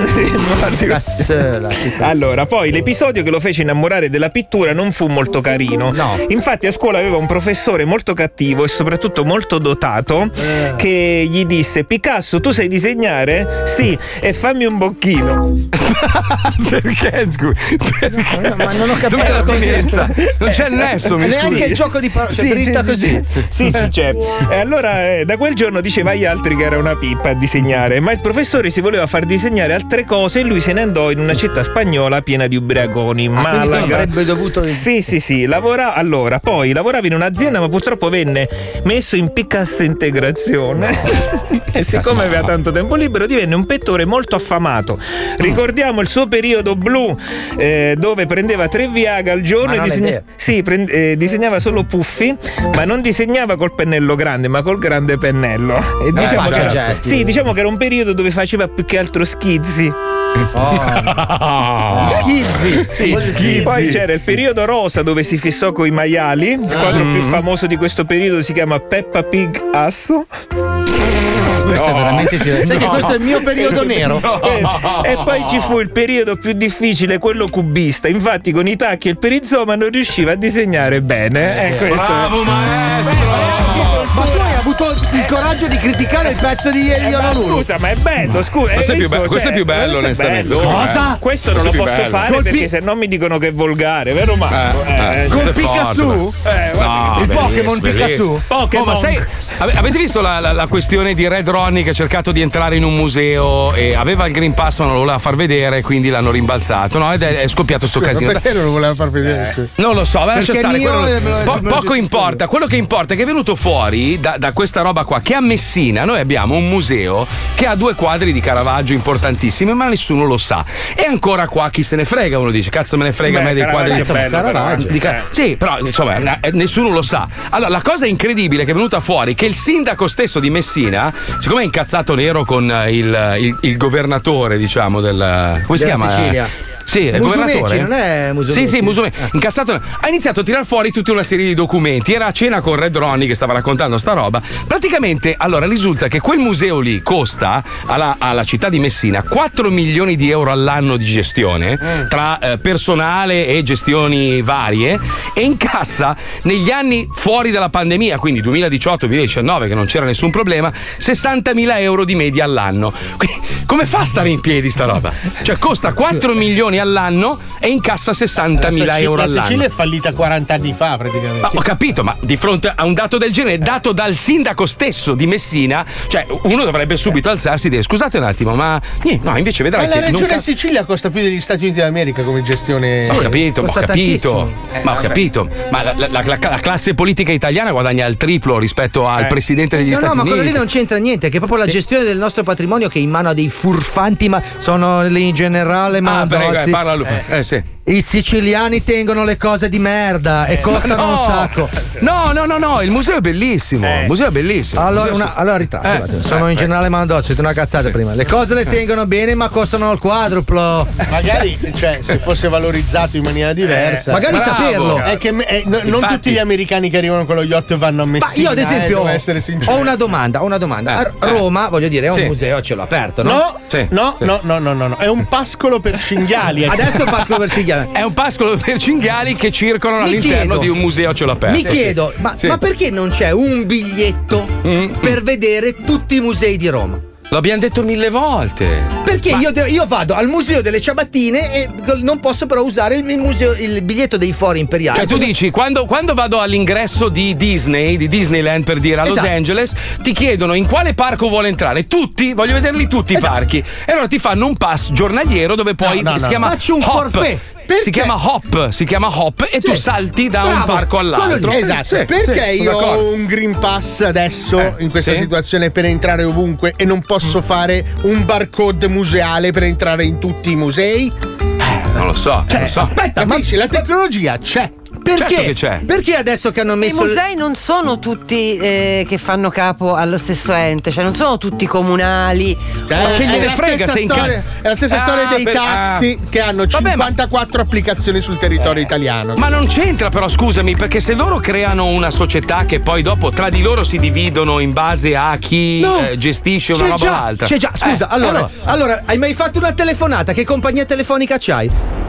Allora, poi l'episodio che lo fece innamorare della pittura non fu molto carino. No. Infatti a scuola aveva un professore molto cattivo e soprattutto molto dotato che gli disse: Picasso, tu sai disegnare? Sì, e fammi un bocchino. Perché scusi? Ma non ho capito la coerenza. Non c'è il nesso, mi neanche il gioco di parole, dritta così. Sì, c'è. E allora da quel giorno diceva agli altri che era una pippa a disegnare, ma il professore si voleva far disegnare al altre cose e lui se ne andò in una città spagnola piena di ubriaconi, Malaga. Avrebbe dovuto Sì, poi lavorava in un'azienda, ma purtroppo venne messo in cassa integrazione e siccome aveva tanto tempo libero divenne un pittore molto affamato. Ricordiamo il suo periodo blu, dove prendeva 3 Viaga al giorno e disegnava solo puffi, ma non disegnava col pennello grande ma col grande pennello, e diciamo che era un periodo dove faceva più che altro schizzi. Schizzi. Poi c'era il periodo rosa dove si fissò coi maiali. Il quadro più famoso di questo periodo si chiama Peppa Pig Asso. Questo è veramente sai che questo è il mio periodo nero. E poi ci fu il periodo più difficile, quello cubista. Infatti con i tacchi e il perizoma non riusciva a disegnare bene. Bravo maestro! Ma tu hai avuto il coraggio di criticare il pezzo di ieri di Honolulu? Scusa, ma è bello, scusa. Questo è più bello, onestamente. Cosa? Questo non lo posso fare perché se no mi dicono che è volgare, vero Marco? Con Pikachu? Il Pokémon Pikachu? Ma sai, avete visto la questione di Red Ronnie che ha cercato di entrare in un museo e aveva il Green Pass ma non lo voleva far vedere, quindi l'hanno rimbalzato, no? Ed è scoppiato sto casino. Perché non lo voleva far vedere? Non lo so, lascia stare. Poco importa. Quello che importa è che è venuto fuori da questa roba qua che a Messina noi abbiamo un museo che ha 2 quadri di Caravaggio importantissimi, ma nessuno lo sa. E ancora qua chi se ne frega, uno dice cazzo me ne frega a me dei quadri di Caravaggio. Sì, però insomma nessuno lo sa. Allora la cosa incredibile che è venuta fuori che il sindaco stesso di Messina, siccome è incazzato nero con il governatore, diciamo, come si chiama? Sicilia. Sì, il governatore. Non è Musumeci. Sì, Musumeci. Incazzato. Ha iniziato a tirar fuori tutta una serie di documenti. Era a cena con Red Ronnie che stava raccontando sta roba. Praticamente, allora, risulta che quel museo lì costa alla città di Messina 4 milioni di euro all'anno di gestione, tra personale e gestioni varie, e incassa negli anni fuori dalla pandemia, quindi 2018-2019, che non c'era nessun problema, 60.000 euro di media all'anno. Quindi, come fa a stare in piedi sta roba? Cioè costa 4 milioni all'anno e incassa 60.000 euro all'anno. La Sicilia è fallita 40 anni fa praticamente. Ma ho capito, ma di fronte a un dato del genere dato dal sindaco stesso di Messina, cioè uno dovrebbe subito alzarsi e dire scusate un attimo, ma no, invece vedrai che la regione Sicilia costa più degli Stati Uniti d'America come gestione. Ho capito. Ma la classe politica italiana guadagna il triplo rispetto al presidente degli Stati Uniti. No, ma quello lì non c'entra niente, che è proprio la gestione del nostro patrimonio che è in mano a dei furfanti, ma sono lì in generale Mandozzi. Parla lui. Sì. I siciliani tengono le cose di merda e costano un sacco. No, il museo è bellissimo. Il museo è bellissimo. Allora ritratto. Sono in generale Mandozzi, ho detto una cazzata prima. Le cose le tengono bene, ma costano il quadruplo. Magari, cioè, se fosse valorizzato in maniera diversa. Magari saperlo. È che non tutti gli americani che arrivano con lo yacht vanno a Messina. Ma io, ad esempio, ho una domanda. A Roma, voglio dire, è un museo a cielo aperto, no? No. È un pascolo per cinghiali. Adesso è un pascolo per cinghiali. È un pascolo per cinghiali che circolano all'interno di un museo a cielo aperto. Mi chiedo, ma perché non c'è un biglietto per vedere tutti i musei di Roma? Lo abbiamo detto 1000 volte. Perché io vado al museo delle ciabattine e non posso però usare il biglietto dei fori imperiali. Cioè tu dici quando vado all'ingresso di Disneyland per dire a Los Angeles, ti chiedono in quale parco vuole entrare. Tutti, voglio vederli tutti i parchi. E allora ti fanno un pass giornaliero dove poi si chiama faccio un forfait. Si chiama Hop e tu salti da un parco all'altro. Esatto. Perché io ho un Green Pass adesso in questa situazione per entrare ovunque e non posso fare un barcode museale per entrare in tutti i musei? Non lo so. Aspetta, ma la tecnologia c'è. Perché? Certo che c'è. Perché adesso che hanno messo i musei non sono tutti che fanno capo allo stesso ente, cioè non sono tutti comunali. Ma che gliene frega se è la stessa storia dei taxi che hanno 54 applicazioni sul territorio italiano. Ma non c'entra però, scusami, perché se loro creano una società che poi dopo tra di loro si dividono in base a chi gestisce una roba o l'altra. Scusa, allora hai mai fatto una telefonata? Che compagnia telefonica c'hai?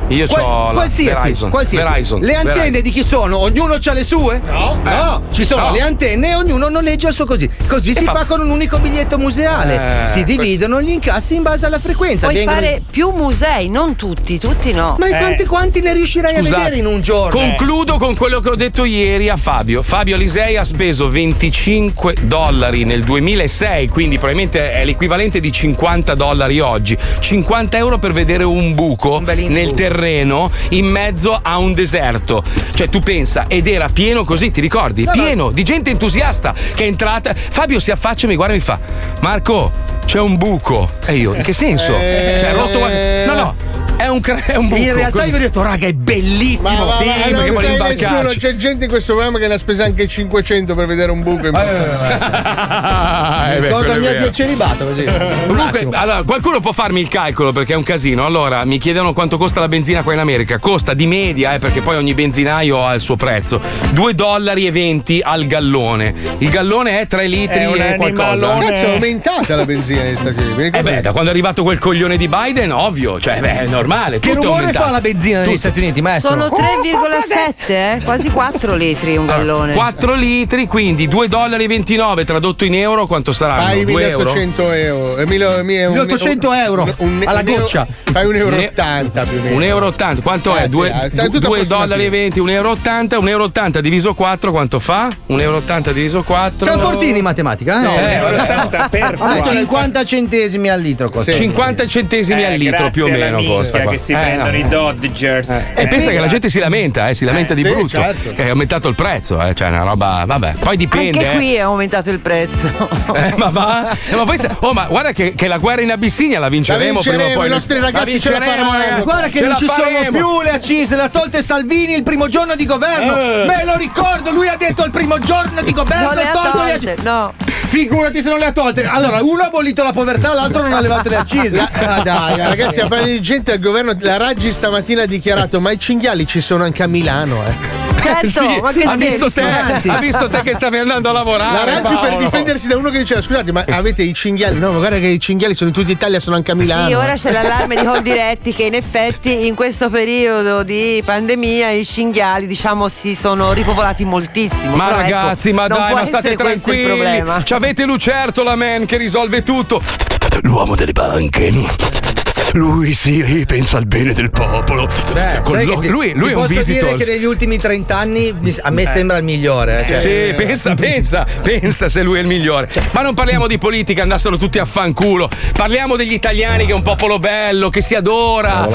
Io c'ho qualsiasi. Le antenne di chi sono? Ognuno ha le sue? No. Ci sono le antenne e ognuno noleggia il suo così. Così si fa con un unico biglietto museale. Si dividono gli incassi in base alla frequenza. Puoi fare più musei, non tutti no. Ma quanti ne riuscirai a vedere in un giorno? Concludo con quello che ho detto ieri a Fabio. Fabio Alisei ha speso $25 nel 2006, quindi probabilmente è l'equivalente di $50 oggi. 50 euro per vedere un buco nel terreno in mezzo a un deserto. Cioè tu pensa, ed era pieno così, ti ricordi? Pieno di gente entusiasta che è entrata. Fabio si affaccia e mi guarda e mi fa: Marco, c'è un buco. E io, in che senso? Cioè, rotto. No. È un buco. In realtà io vi ho detto, raga, è bellissimo. Sì, perché vuole imbarcarci. C'è gente in questo programma che ne ha spesa anche 500 per vedere un buco. Ricordami al celibato così. Comunque, allora, qualcuno può farmi il calcolo perché è un casino. Allora, mi chiedono quanto costa la benzina qua in America. Costa di media, perché poi ogni benzinaio ha il suo prezzo, $2.20 al gallone. Il gallone è 3 litri e qualcosa. Cazzo, è aumentata la benzina negli Stati Uniti. Da quando è arrivato quel coglione di Biden, ovvio, cioè, è normale. Che rumore fa la benzina negli Stati Uniti, maestro? Sono 3,7, quasi 4 litri un gallone. 4 litri, quindi $2.29 tradotto in euro, quanto saranno? Fai 1.800 euro. 1.800 euro alla goccia. Fai €1,80 più o meno. €1,80. Quanto è? $2.20, €1,80. €1,80 diviso 4, quanto fa? €1,80 diviso 4. C'è Fortini in matematica, No, €1,80 per 50 centesimi al litro costa. 50 centesimi al litro più o meno costa. Che si prendono i Dodgers. E pensa che la gente si lamenta di brutto. Certo. Che è aumentato il prezzo, cioè una roba, vabbè. Poi dipende. Anche qui è aumentato il prezzo. Ma va? Ma guarda che la guerra in Abissinia la vinceremo prima o poi. I nostri ragazzi ce la faranno. Guarda che non ci sono più le accise, le ha tolte Salvini il primo giorno di governo. Me lo ricordo, lui ha detto il primo giorno di governo non le ha tolte. No. Figurati se non le ha tolte. Allora, uno ha abolito la povertà, l'altro non ha levato le accise. Dai, ragazzi, a parlare di gente al governo, la Raggi stamattina ha dichiarato: ma i cinghiali ci sono anche a Milano, Ma che ha visto te che stavi andando a lavorare. La Raggi per difendersi da uno che diceva: scusate, ma avete i cinghiali? No, ma guarda che i cinghiali sono in tutta Italia, sono anche a Milano. Sì, ora c'è l'allarme di Coldiretti che in effetti in questo periodo di pandemia i cinghiali, diciamo, si sono ripopolati moltissimo. Ma però, ragazzi, ecco, ma dai, ma state tranquilli. C'avete Lucertola, man, che risolve tutto. L'uomo delle banche. Lui sì, pensa al bene del popolo. Lui è un posso visitor. dire che negli ultimi 30 anni a me sembra il migliore. Sì, pensa se lui è il migliore. Ma non parliamo di politica, andassero tutti a fanculo. Parliamo degli italiani, che è un popolo bello, che si adora.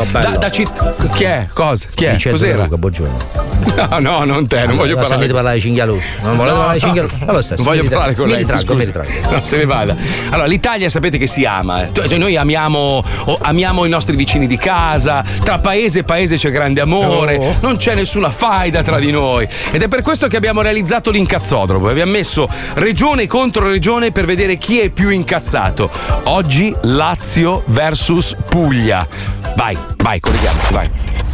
Chi è? Cosa? Chi è? Cos'era? Buongiorno. No, non te, non voglio parlare. Sentite parlare di cinghialù. Non volevo parlare di cinghialù. Allora stesso. Non voglio parlare con lei. Mi ritraggo. No, se ne vada. Allora, l'Italia sapete che si ama. Cioè, noi amiamo i nostri vicini di casa, tra paese e paese c'è grande amore, non c'è nessuna faida tra di noi, ed è per questo che abbiamo realizzato l'incazzodromo. Abbiamo messo regione contro regione per vedere chi è più incazzato. Oggi Lazio versus Puglia. Vai, colleghiamoci, vai.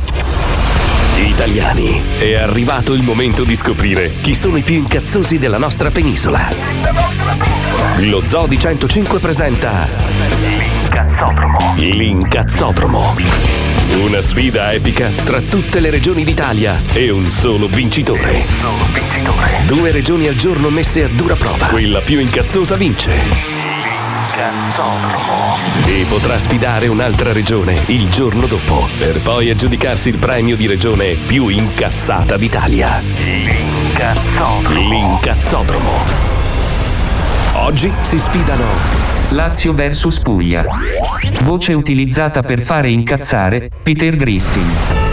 Italiani, è arrivato il momento di scoprire chi sono i più incazzosi della nostra penisola. Lo Zoo di 105 presenta L'Incazzodromo. Una sfida epica tra tutte le regioni d'Italia e un solo vincitore. 2 regioni al giorno messe a dura prova. Quella più incazzosa vince. E potrà sfidare un'altra regione il giorno dopo, per poi aggiudicarsi il premio di regione più incazzata d'Italia. L'Incazzodromo. Oggi si sfidano Lazio vs Puglia. Voce utilizzata per fare incazzare Peter Griffin.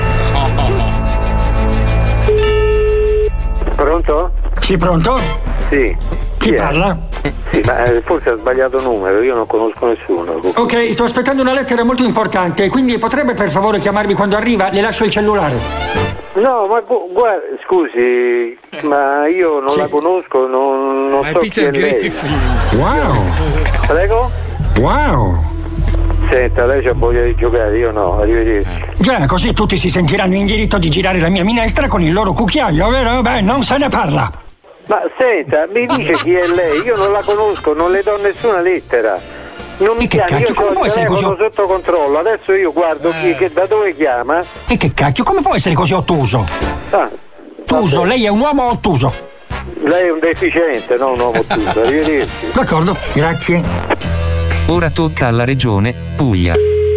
Pronto? Sì, pronto? Sì. Chi parla? Sì, ma forse ha sbagliato numero, io non conosco nessuno. Ok, sto aspettando una lettera molto importante, quindi potrebbe per favore chiamarmi quando arriva? Le lascio il cellulare. No, ma guarda, scusi, ma io non la conosco, non so chi è lei. Wow! Prego? Wow! Senta, lei c'ha voglia di giocare, io no, arrivederci. Già, così tutti si sentiranno in diritto di girare la mia minestra con il loro cucchiaio, vero? Beh, non se ne parla. Ma senta, mi dice chi è lei? Io non la conosco, non le do nessuna lettera. Non mi chiami, io ho il telefono sotto controllo, adesso io guardo chi da dove chiama. E che cacchio, come può essere così ottuso? Ottuso, lei è un uomo ottuso? Lei è un deficiente, non un uomo ottuso, arrivederci. D'accordo, grazie. Ora tocca alla regione Puglia.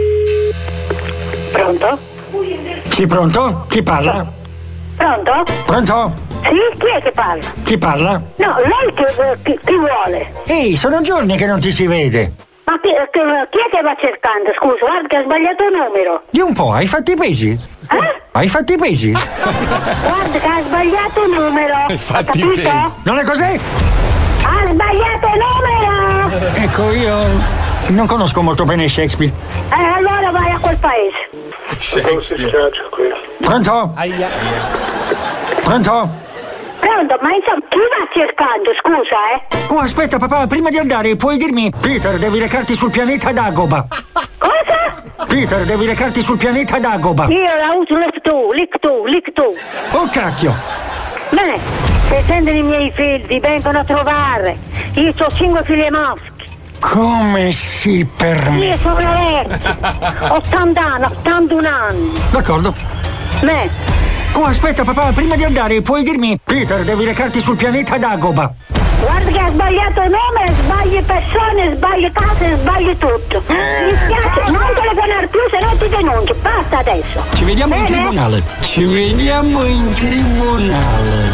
Pronto? Sì, pronto? Chi parla? Pronto? Pronto? Sì, chi è che parla? Chi parla? No, lei chi vuole? Ehi, sono giorni che non ti si vede. Ma chi è che va cercando? Scusa, guarda che ha sbagliato il numero. Di un po', hai fatto i pesi? Hai fatto i pesi? Guarda che ha sbagliato il numero. Hai fatto i pesi? Non è così? Ha sbagliato il numero! Ecco, io non conosco molto bene Shakespeare. Allora vai a quel paese. Pronto? Pronto? Pronto, ma insomma, chi va cercando, scusa, Oh, aspetta, papà, prima di andare, puoi dirmi, Peter, devi recarti sul pianeta Dagoba. Cosa? Peter, devi recarti sul pianeta Dagoba. Io la uso lick tu. Oh, cacchio. Beh, se sentono i miei figli, vengono a trovare. Io ho 5 figli maschi. Come si permette? Io sono vecchia, 80 anni, 81 anni. D'accordo. Beh. Oh, aspetta, papà, prima di andare, puoi dirmi, Peter, devi recarti sul pianeta Dagoba. Guarda che ha sbagliato il nome, sbagli persone, sbagli case, sbagli tutto. Mi spiace, non telefonare più, se no ti denuncio. Basta adesso. Ci vediamo in tribunale. Ci vediamo in tribunale.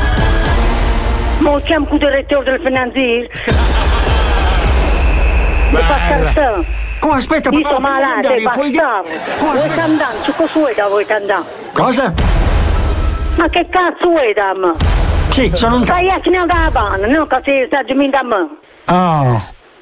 Mo chiamo il direttore del finanziere. Mi fa scarsare. Oh, aspetta, papà, io sono malata, puoi dire... Vuoi andare? Su cosa vuoi da voi andare? Cosa? Ma che cazzo vuoi da me? Sì, sono un... Stai a finire la panna, non che sei stato da me. Oh.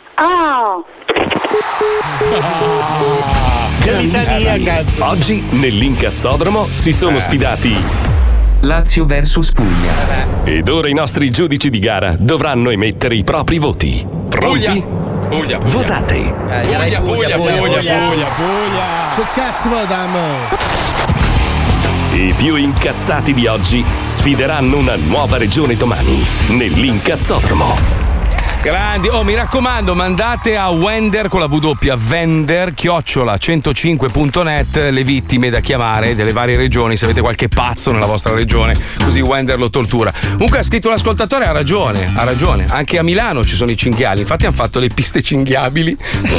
Oggi nell'incazzodromo si sono sfidati Lazio vs Puglia. Ed ora i nostri giudici di gara dovranno emettere i propri voti. Pronti? Puglia. Votate. Puglia. Su cazzo vodamo. I più incazzati di oggi sfideranno una nuova regione domani nell'incazzodromo. Grandi, mi raccomando, mandate a Wender con la W, Wender @105.net le vittime da chiamare delle varie regioni, se avete qualche pazzo nella vostra regione, così Wender lo tortura. Comunque ha scritto l'ascoltatore, ha ragione, anche a Milano ci sono i cinghiali, infatti hanno fatto le piste cinghiabili.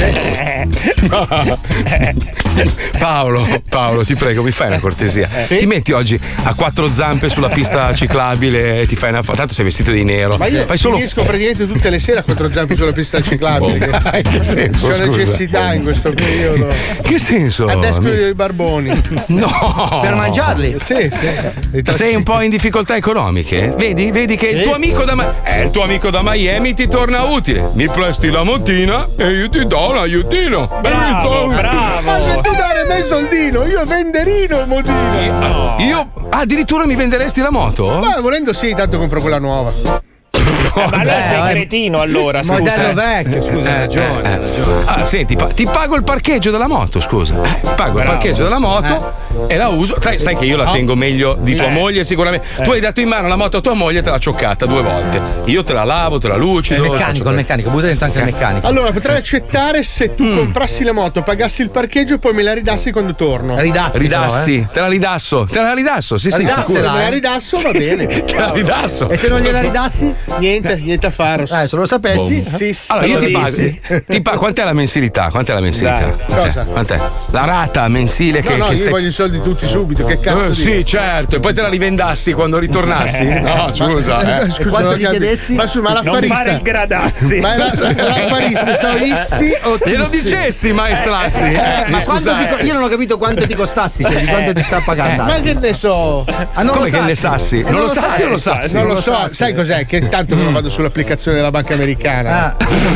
Paolo, ti prego, mi fai una cortesia? Ti metti oggi a 4 zampe sulla pista ciclabile e ti fai una foto, tanto sei vestito di nero. Ma io fai solo... finisco praticamente tutte le sere a 4 zampe sulla pista ciclabile. Che senso? C'è necessità in questo periodo. Che senso? Adesco i barboni. No! Per mangiarli? Sì. Sei un po' in difficoltà economiche? Vedi che il tuo amico da Miami ti torna utile. Mi presti la motina e io ti do un aiutino. Bravo. Ma se tu dare me soldino, io venderino il motino. Io addirittura mi venderesti la moto? Ma volendo sì, tanto compro quella nuova. Ma allora sei cretino, allora, scusa. Modello vecchio, scusa, hai ragione. Ah, senti, ti pago il parcheggio della moto, scusa. Pago il parcheggio della moto e la uso. Sai che io la tengo meglio di tua moglie, sicuramente. Tu hai dato in mano la moto a tua moglie e te l'ha cioccata 2 volte. Io te la lavo, te la lucido. Il meccanico, butta dentro anche il meccanico. Allora, potrei accettare se tu comprassi la moto, pagassi il parcheggio e poi me la ridassi quando torno. Ridassi, te la ridasso, sì, se me la ridasso va bene. Te la ridasso. E se non gliela ridassi? Niente a fare. Se lo sapessi. Sì. Allora io ti pago. Quant'è la mensilità? Cosa? Quant'è? La rata mensile che io stai... voglio i soldi tutti subito, che cazzo sì, certo, e poi te la rivendassi quando ritornassi? No, scusa. Quanto gli chiedessi? Ma l'affarista. Non fare il gradassi. Ma l'affarista, so issi o tu? Glielo dicessi, maestrazzi. Ma io non ho capito quanto ti costassi, cioè di quanto ti sta pagando. Ma che ne so? Come che ne sassi? Non lo sassi o lo sassi? Non lo so, sai cos'è? Che tanto che non vado sull'applicazione della banca americana.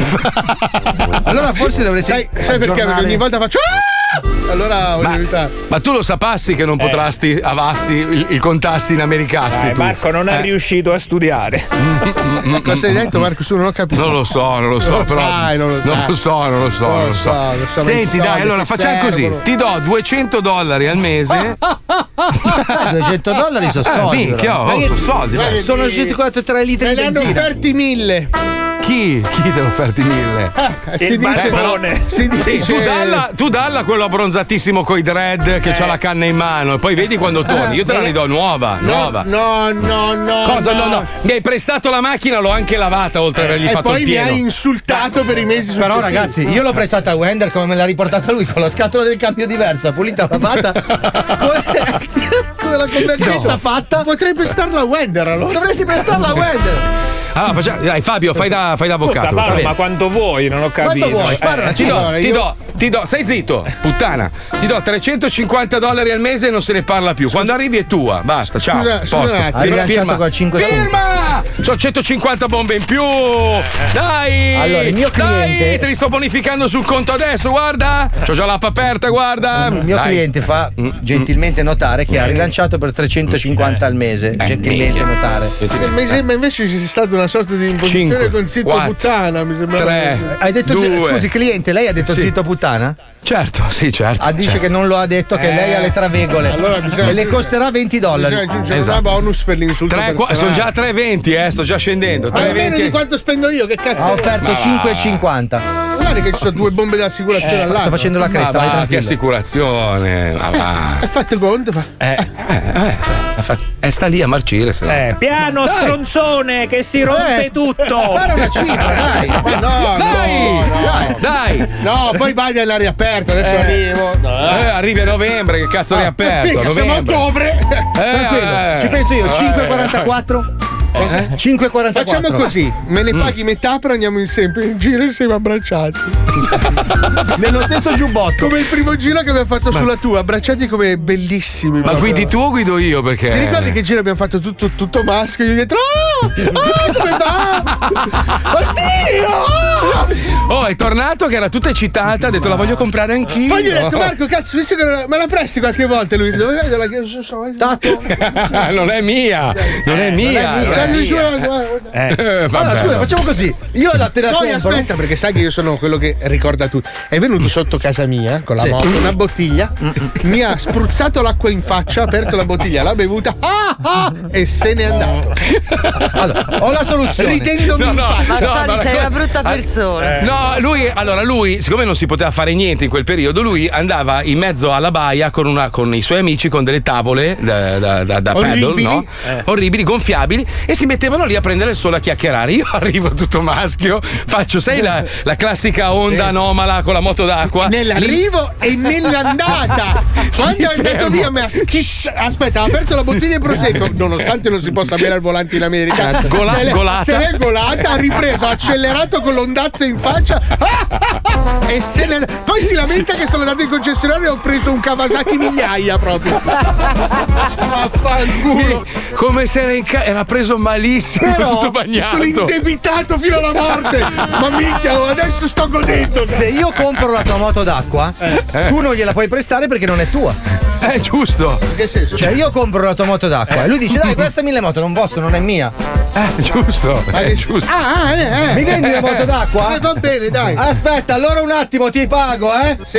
Allora forse dovresti. Sai perché? Perché ogni volta faccio. Allora voglio evitare. Ma tu lo sapassi che non potrasti avassi il contassi in americassi? Marco non è riuscito a studiare. Cosa hai detto, Marco? Non ho capito. Non lo so, però. Non lo so. Senti, dai, allora facciamo così: ti do $200 al mese. $200 sono soldi. Minchia, sono soldi. Sono 143 litri di benzina. Ne hanno offerti 1000. Chi te l'ha offerti 1.000? Si dice tu dalla quello abbronzatissimo coi dread che c'ha la canna in mano e poi vedi quando torni. Io te la ridò nuova. No. Cosa? No. Mi hai prestato la macchina, l'ho anche lavata oltre ad avergli fatto il pieno. E poi mi hai insultato per i mesi successivi. Però ragazzi, io l'ho prestata a Wender come me l'ha riportata lui, con la scatola del cambio diversa, pulita, lavata, con la convergenza fatta. Potrei prestarla a Wender allora. Dovresti prestarla a Wender. Allora, dai Fabio, fai da avvocato. Ma quanto vuoi? Non ho capito. Quanto vuoi? Spara Ti do, stai zitto, puttana. Ti do $350 al mese e non se ne parla più. Quando arrivi è tua, basta, ciao. Scusa, hai rilanciato con 500. Firma! C'ho 150 bombe in più. Dai! Allora, il mio cliente. Dai, te li sto bonificando sul conto adesso, guarda. C'ho già l'app aperta, guarda. Il mio cliente fa gentilmente notare che ha rilanciato per 350 al mese. Gentilmente notare. Ma invece c'è stata una sorta di imposizione con zitto puttana, mi sembra. 3. Hai detto, scusi, cliente, lei ha detto zitto puttana? Certo, sì, certo. Dice certo. che non lo ha detto, che lei ha le travegole. Allora e le costerà $20. Bisogna aggiungere una bonus per l'insulto. Sono già 3,20, sto già scendendo. Meno di quanto spendo io, che cazzo? Ha offerto 5,50. Guarda che ci sono 2 bombe d'assicurazione all'anno. Sto facendo la cresta, vai tranquillo. Che assicurazione? Hai fatto conto? Sta lì a marcire. Piano, stronzone, che si rompe tutto. Spara una cifra, dai. Dai. No, poi vai nell'aria aperta, adesso arrivo. Arrivi a novembre, che cazzo è aperto? Siamo a ottobre. Tranquillo, ci penso io, 5,44. 5,44. Facciamo così, me ne paghi metà, però andiamo sempre in giro insieme abbracciati. Nello stesso giubbotto. Come il primo giro che abbiamo fatto sulla tua, abbracciati come bellissimi. Ma guidi tu o guido io? Perché? Ti ricordi che giro abbiamo fatto tutto maschio? Io dietro, come va? Oddio! Oh, è tornato che era tutta eccitata, ha detto la voglio comprare anch'io. Poi gli ho detto, Marco, cazzo, visto che me la presti qualche volta? Lui, dove vedo la non è mia. Non è mia. Allora, scusa, facciamo così. Io te la compro. Aspetta, perché sai che io sono quello che ricorda tutto. È venuto sotto casa mia con la moto, una bottiglia, mi ha spruzzato l'acqua in faccia, ha aperto la bottiglia, l'ha bevuta e se n'è andato. Allora, ho la soluzione. Ridendomi in faccia. Mazzoli, sei una brutta persona. No, lui, siccome non si poteva fare niente in quel periodo, lui andava in mezzo alla baia con i suoi amici con delle tavole da paddle, no? Orribili, gonfiabili, e si mettevano lì a prendere il sole a chiacchierare. Io arrivo tutto maschio, faccio, sai la classica onda anomala con la moto d'acqua? Nell'arrivo e nell'andata. Quando è andato via mi ha aspetta, ha aperto la bottiglia di prosecco, nonostante non si possa bere al volante in America. Se l'è golata, ha ripreso, ha accelerato con l'ondazza in faccia e poi si lamenta che sono andato in concessionario e ho preso un Kawasaki migliaia proprio. Vaffanculo. Come se era preso malissimo, però tutto bagnato. Sono indebitato fino alla morte. Ma minchia, adesso sto godendo. Se io compro la tua moto d'acqua, tu non gliela puoi prestare perché non è tua. Giusto. In che senso? Cioè io compro la tua moto d'acqua e lui dice dai, prestami la moto, non posso, non è mia. Giusto. Giusto. Mi vendi la moto d'acqua? Va bene, dai. Aspetta, allora un attimo, ti pago, Sì.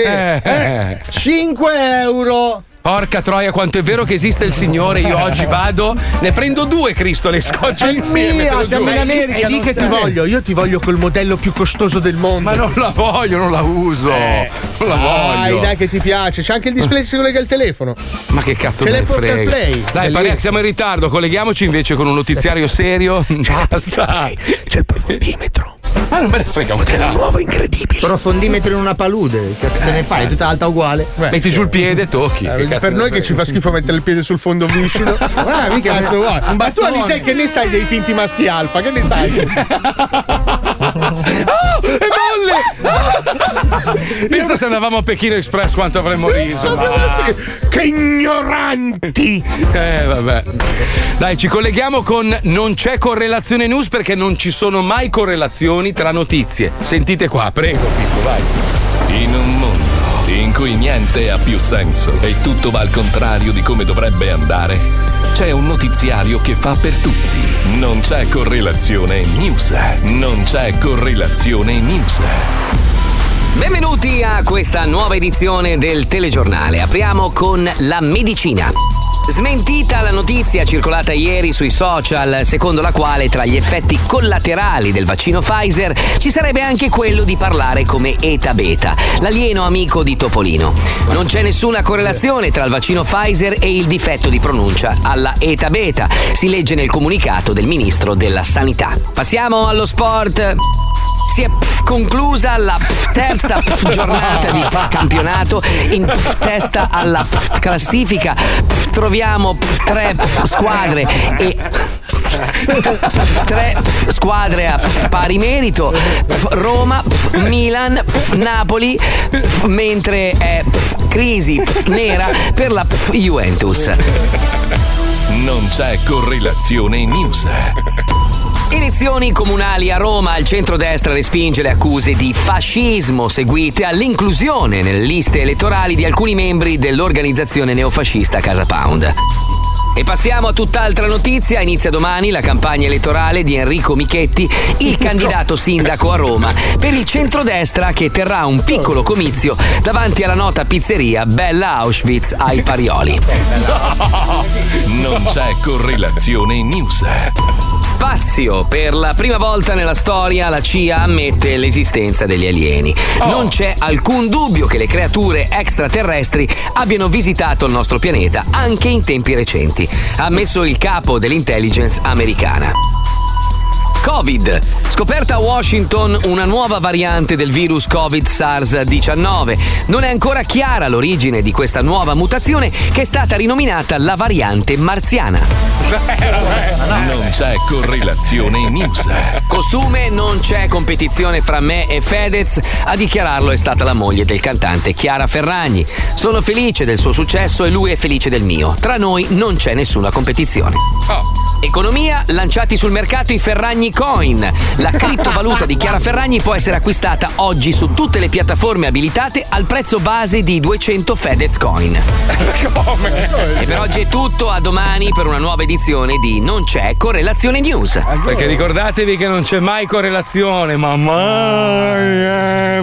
5 euro. Porca troia, quanto è vero che esiste il Signore. Io oggi vado, ne prendo 2 Cristo, le scoccio insieme. Siamo in America. È lì che ti voglio. Io ti voglio col modello più costoso del mondo. Ma non la voglio, non la uso. Non la voglio. Dai, che ti piace. C'è anche il display che si collega al telefono. Ma che cazzo me ne frega. Dai, siamo in ritardo. Colleghiamoci invece con un notiziario serio. Basta. C'è il profondimetro. Ma non me ne frega un cazzo. È nuovo incredibile. Profondimetro in una palude. Che te ne fai? Tutta alta uguale. Metti giù il piede e tocchi. Per noi che ci fa schifo mettere il piede sul fondo viscido. Mica cazzo vuoi? Ma tu Alisei che ne sai dei finti maschi alfa? Che ne sai? E molle! Pensa se andavamo a Pechino Express quanto avremmo riso. Che ignoranti! Vabbè. Dai, ci colleghiamo con Non c'è correlazione news perché non ci sono mai correlazioni tra notizie. Sentite qua, prego, Pippo, vai. In un mondo in cui niente ha più senso e tutto va al contrario di come dovrebbe andare, c'è un notiziario che fa per tutti. Non c'è correlazione news. Non c'è correlazione news. Benvenuti a questa nuova edizione del telegiornale. Apriamo con la medicina. Smentita la notizia circolata ieri sui social, secondo la quale tra gli effetti collaterali del vaccino Pfizer ci sarebbe anche quello di parlare come Eta Beta, l'alieno amico di Topolino. Non c'è nessuna correlazione tra il vaccino Pfizer e il difetto di pronuncia alla Eta Beta, si legge nel comunicato del ministro della Sanità. Passiamo allo sport. Si è conclusa la terza giornata di campionato. In testa alla classifica troviamo tre squadre e tre squadre a pari merito: Roma, Milan, Napoli, mentre è crisi nera per la Juventus. Non c'è correlazione in news. Elezioni comunali a Roma, il centrodestra respinge le accuse di fascismo seguite all'inclusione nelle liste elettorali di alcuni membri dell'organizzazione neofascista Casa Pound. E passiamo a tutt'altra notizia. Inizia domani la campagna elettorale di Enrico Michetti, il candidato sindaco a Roma per il centrodestra, che terrà un piccolo comizio davanti alla nota pizzeria Bella Auschwitz ai Parioli. Non c'è correlazione in news. Spazio. Per la prima volta nella storia la CIA ammette l'esistenza degli alieni. Non c'è alcun dubbio che le creature extraterrestri abbiano visitato il nostro pianeta anche in tempi recenti, ha ammesso il capo dell'intelligence americana. Covid. Scoperta a Washington una nuova variante del virus Covid SARS-19. Non è ancora chiara l'origine di questa nuova mutazione, che è stata rinominata la variante marziana. Non c'è correlazione in news. Costume: non c'è competizione fra me e Fedez. A dichiararlo è stata la moglie del cantante, Chiara Ferragni. Sono felice del suo successo e lui è felice del mio. Tra noi non c'è nessuna competizione. Economia: lanciati sul mercato i Ferragni Coin. La criptovaluta di Chiara Ferragni può essere acquistata oggi su tutte le piattaforme abilitate al prezzo base di 200 Fedez Coin. E per oggi è tutto, a domani per una nuova edizione di Non c'è correlazione news. Perché ricordatevi che non c'è mai correlazione, ma mai.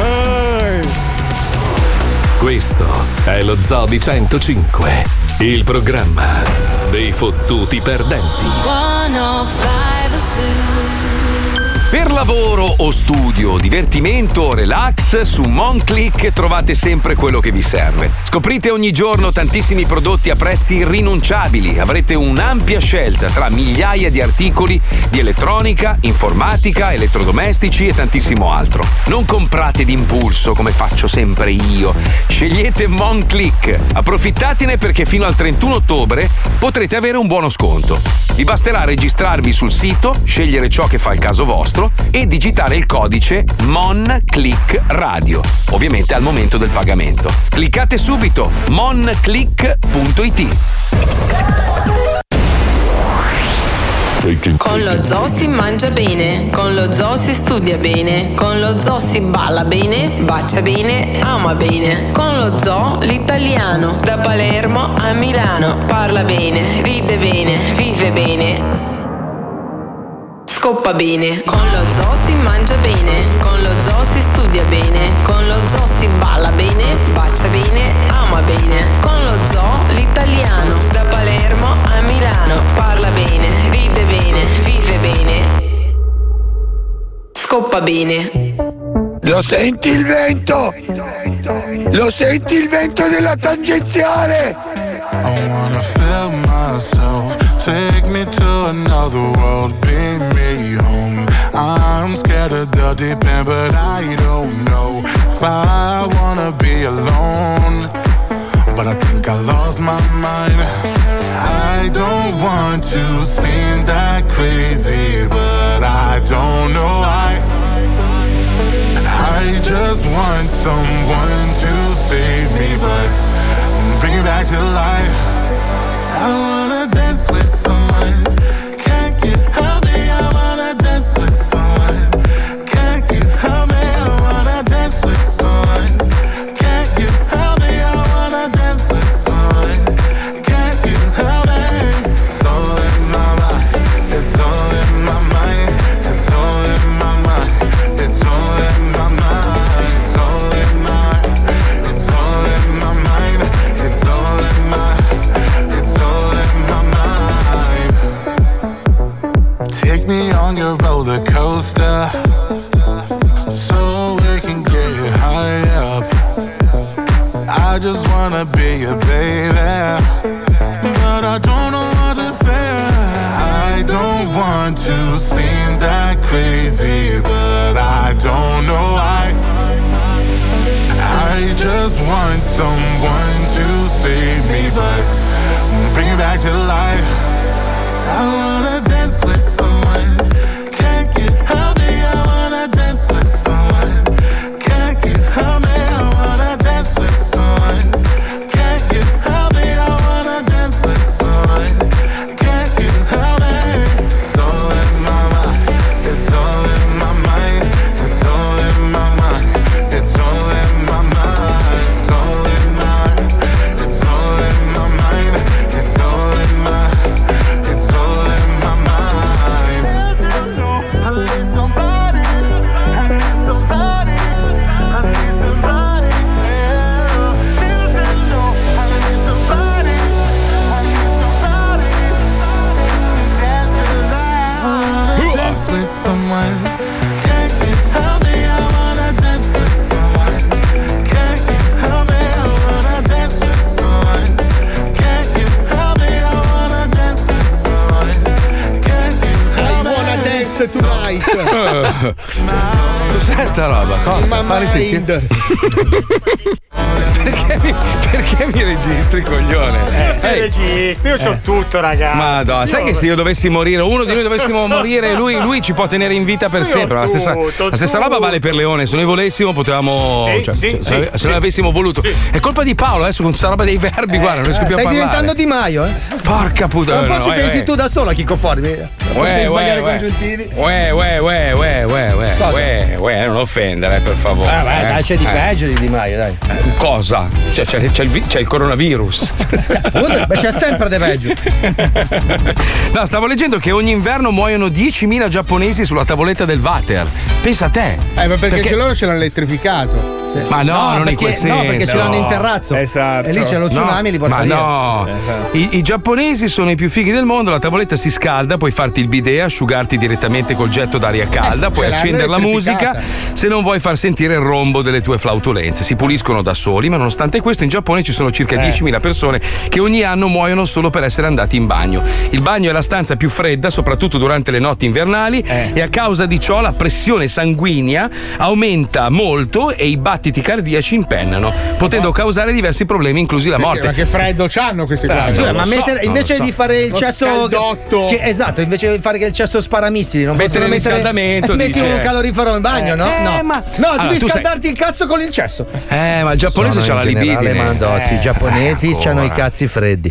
Questo è lo Zoo di 105, il programma dei fottuti perdenti. Per lavoro o studio, divertimento o relax, su MonClick trovate sempre quello che vi serve. Scoprite ogni giorno tantissimi prodotti a prezzi irrinunciabili. Avrete un'ampia scelta tra migliaia di articoli di elettronica, informatica, elettrodomestici e tantissimo altro. Non comprate d'impulso come faccio sempre io. Scegliete MonClick. Approfittatene, perché fino al 31 ottobre potrete avere un buono sconto. Vi basterà registrarvi sul sito, scegliere ciò che fa il caso vostro e digitare il codice MonClick Radio, ovviamente al momento del pagamento. Cliccate subito monclick.it. Con lo zoo si mangia bene, con lo zoo si studia bene, con lo zoo si balla bene, bacia bene, ama bene. Con lo zoo l'italiano, da Palermo a Milano, parla bene, ride bene, vive bene, scoppa bene. Con lo zoo si mangia bene, con lo zoo si studia bene, con lo zoo si balla bene, bacia bene, ama bene. Con lo zoo l'italiano, da Palermo a Milano, parla bene, ride bene, vive bene, scoppa bene. Lo senti il vento? Lo senti il vento della tangenziale? I wanna feel myself. Take me to another world, bring me home. I'm scared of the deep end, but I don't know if I wanna be alone. But I think I lost my mind. I don't want to seem that crazy, but I don't know why. I just want someone to save me, but bring me back to life. I wanna dance with someone. Can't you help me? I wanna dance with someone. Can't you help me? I wanna dance with someone. Can't you help me? I wanna dance with someone. Can't you help me? It's all in my mind. It's all in my mind. It's all in my mind. It's all in my mind. It's all in my. It's all in my mind. It's all in my. It's all I just wanna be your baby, but I don't know what to say. I don't want to seem that crazy, but I don't know why. I just want someone to save me, but bring me back to life. I wanna dance with someone. Can't you help me? I wanna dance with someone. Can't you help me? I wanna dance with someone. Can't you help me? I wanna dance with someone. Can't you help me? It's all in my mind. It's all in my mind. It's all in my mind. It's all in my mind. It's all in my. It's all in my mind. It's all in my. It's all in my mind. I need somebody. I need somebody. I need somebody. Yeah. Need to know. I need somebody. I need somebody to dance tonight. I wanna dance with someone. Can't you help me? I wanna dance with someone. Can't you help me? I wanna dance with someone. Can't you help me? I wanna dance with someone. Can't you help me? I wanna dance tonight. Cos'è sta roba? Cosa? Fare sentire. Perché mi registri, coglione? Registri, io c'ho tutto, ragazzi. Madonna, sai che se io dovessi morire, uno di noi dovessimo morire, lui ci può tenere in vita per sempre. La stessa roba vale per Leone. Se noi volessimo, potevamo. Se noi avessimo voluto. È colpa di Paolo, adesso con questa roba dei verbi, guarda, non riesco più a parlare. Stai diventando Di Maio, eh? Porca puttana. Un po' ci pensi tu da solo a Chicco Forti. Forse di sbagliare i congiuntivi. Non offendere, per favore. Dai, c'è di peggio di Di Maio, dai. Cosa? C'è il coronavirus. C'è sempre di peggio. No, stavo leggendo che ogni inverno muoiono 10.000 giapponesi sulla tavoletta del water. Pensa a te. Ma perché loro ce l'hanno elettrificato. Sì. Ma no, non in quel senso. No, perché ce l'hanno in terrazzo. Esatto. E lì c'è lo tsunami e li porta via. Ma no. Esatto. I giapponesi sono i più fighi del mondo. La tavoletta si scalda, puoi farti il bidet, asciugarti direttamente col getto d'aria calda, puoi accendere la musica se non vuoi far sentire il rombo delle tue flautolenze. Si puliscono da soli, ma nonostante questo in Giappone ci sono circa 10.000 persone che ogni anno muoiono solo per essere andati in bagno. Il bagno è la stanza più fredda, soprattutto durante le notti invernali, e a causa di ciò la pressione sanguigna aumenta molto e i battiti cardiaci impennano, potendo causare diversi problemi, inclusi la morte. Ma che freddo c'hanno questi qua? Invece di fare il cesso esatto, invece di fare che il cesso sparamissili, non possono mettere riscaldamento, metti un calorifero in bagno, no? Devi scaldarti il cazzo con il cesso. Ma il giapponese c'ha la libidine. I giapponesi c'hanno i cazzi freddi.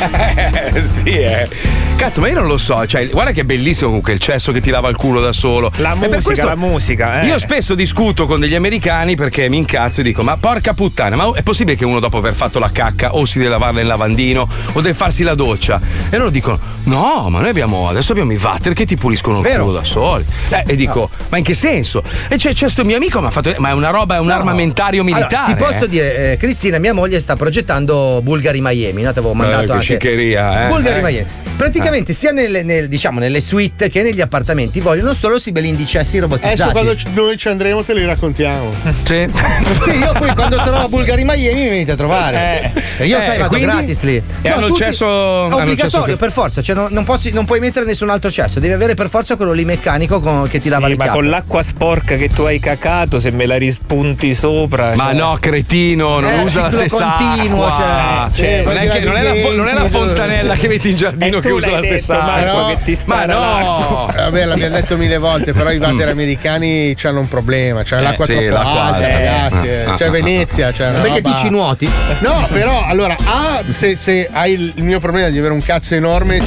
Sì, Cazzo, ma io non lo so, cioè, guarda che è bellissimo comunque il cesso che ti lava il culo da solo. La musica. Io spesso discuto con degli americani perché mi incazzo e dico: ma porca puttana, ma è possibile che uno dopo aver fatto la cacca o si deve lavarla in lavandino o deve farsi la doccia? E loro dicono: no, ma noi adesso abbiamo i water che ti puliscono il culo da soli. E dico: ma in che senso? E c'è sto mio amico mi ha fatto: ma è una roba, è un armamentario militare. Allora, ti posso dire, Cristina, mia moglie sta progettando Bulgari Miami, no? Ti avevo mandato anche sciccheria, Bulgari Miami. Praticamente sia nelle suite che negli appartamenti vogliono solo sibelini di cessi robotizzati. Adesso quando noi ci andremo te li raccontiamo. Sì, io poi quando sarò a Bulgari Miami mi venite a trovare. Io vado gratis lì. E hanno il cesso obbligatorio per forza, cioè non puoi mettere nessun altro cesso, devi avere per forza quello lì meccanico che ti lava le chiappe. Ma con l'acqua sporca che tu hai cacato, se me la rispunti sopra. Ma no, cretino, non usa la stessa continuo, acqua. Non è la fontanella che metti in giardino che usa la stessa acqua che ti spara l'acqua. Vabbè, l'abbiamo detto 1000 volte, però i water americani hanno un problema, c'è l'acqua troppo alta, ragazzi. C'è Venezia, perché tu ci nuoti? No, però allora se hai il mio problema di avere un cazzo enorme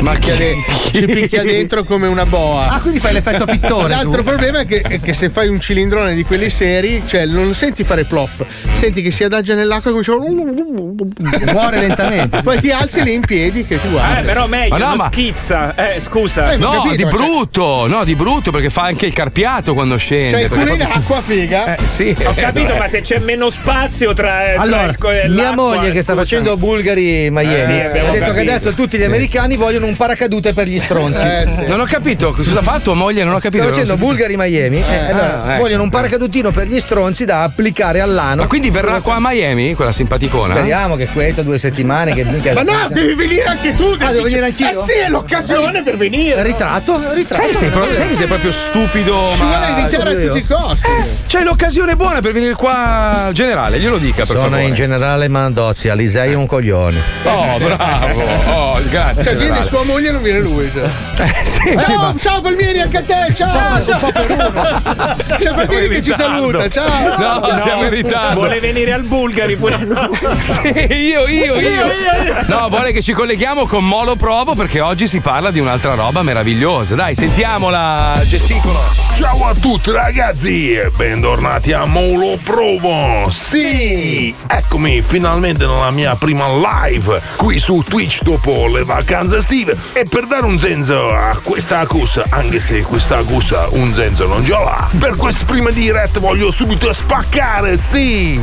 ci picchia dentro come una boa. Quindi fai l'effetto pittore. L'altro problema è che se fai un cilindrone di quelli seri, cioè non senti fare plof, senti che si adagia nell'acqua e comincia muore lentamente. Poi ti alzi lì in piedi che ti guardi. Però meglio. no, ma schizza. Scusa. No, di brutto, perché fa anche il carpiato quando scende. Cioè il culo in acqua, figa. Sì. Ho capito, ma se c'è meno spazio tra mia moglie che sta facendo Bulgari Miami ha detto che adesso tutti gli americani vogliono un paracadute per gli stronzi. Sì. Non ho capito cosa fa tua moglie, non ho capito. Sta facendo Bulgari Miami vogliono un paracadutino per gli stronzi da applicare all'ano. Ma quindi verrà qua a Miami quella simpaticona? Speriamo che questo 2 settimane ma no, devi venire anche tu. Devo venire anch'io? Sì, è l'occasione per venire. Ritratto. Sai che sei proprio stupido. Ci vuole evitare a tutti i costi. C'è l'occasione buona per venire qua al generale, glielo dica per favore. Sono in generale Mandozzi, Alisei è un coglione. Oh, bravo. Oh, grazie. Cioè viene sua moglie e non viene lui. Ciao Palmieri, anche a te, ciao. C'è Palmieri che ci saluta, ciao. No, siamo in ritardo. Vuole venire al Bulgari pure lui. Sì, io. No, vuole che ci colleghiamo con Molo Provo perché oggi si parla di un'altra roba meravigliosa. Dai, sentiamola, gesticolo. Ciao a tutti ragazzi e bentornati a Molo Provo. Sì, eccomi finalmente nella mia prima live qui su Twitch dopo le vacanze estive e per dare un senso a questa cosa, anche se questa cosa un senso non ce l'ha, per questa prima diretta voglio subito spaccare, sì.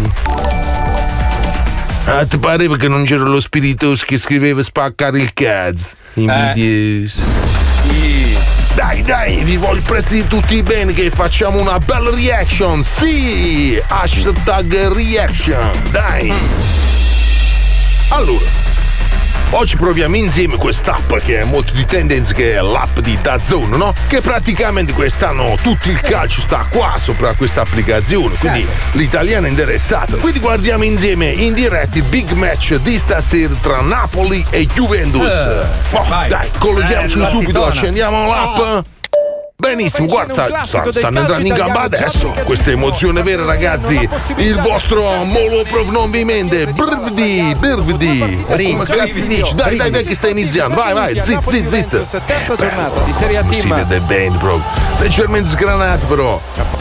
Ti pareva che non c'era lo spiritoso che scriveva spaccare il cazzo? Invidioso. Sì. Dai, vi voglio prestare tutti bene che facciamo una bella reaction, sì! Hashtag reaction, dai! Allora, oggi proviamo insieme quest'app che è molto di tendenza, che è l'app di DAZN, no? Che praticamente quest'anno tutto il calcio sta qua sopra questa applicazione, quindi l'italiano è interessato. Quindi guardiamo insieme in diretta il big match di stasera tra Napoli e Juventus. Dai, colleghiamoci subito, accendiamo l'app. Benissimo, guarda, stanno entrando in gamba adesso. Questa emozione vera, ragazzi. Il vostro Molo Provo non vi mente. Brividi. Come cazzo dici? Dai, che sta iniziando. Vai, zit. Terza giornata di Serie A Team. Si vede bene, proprio. Leggermente sgranato, però.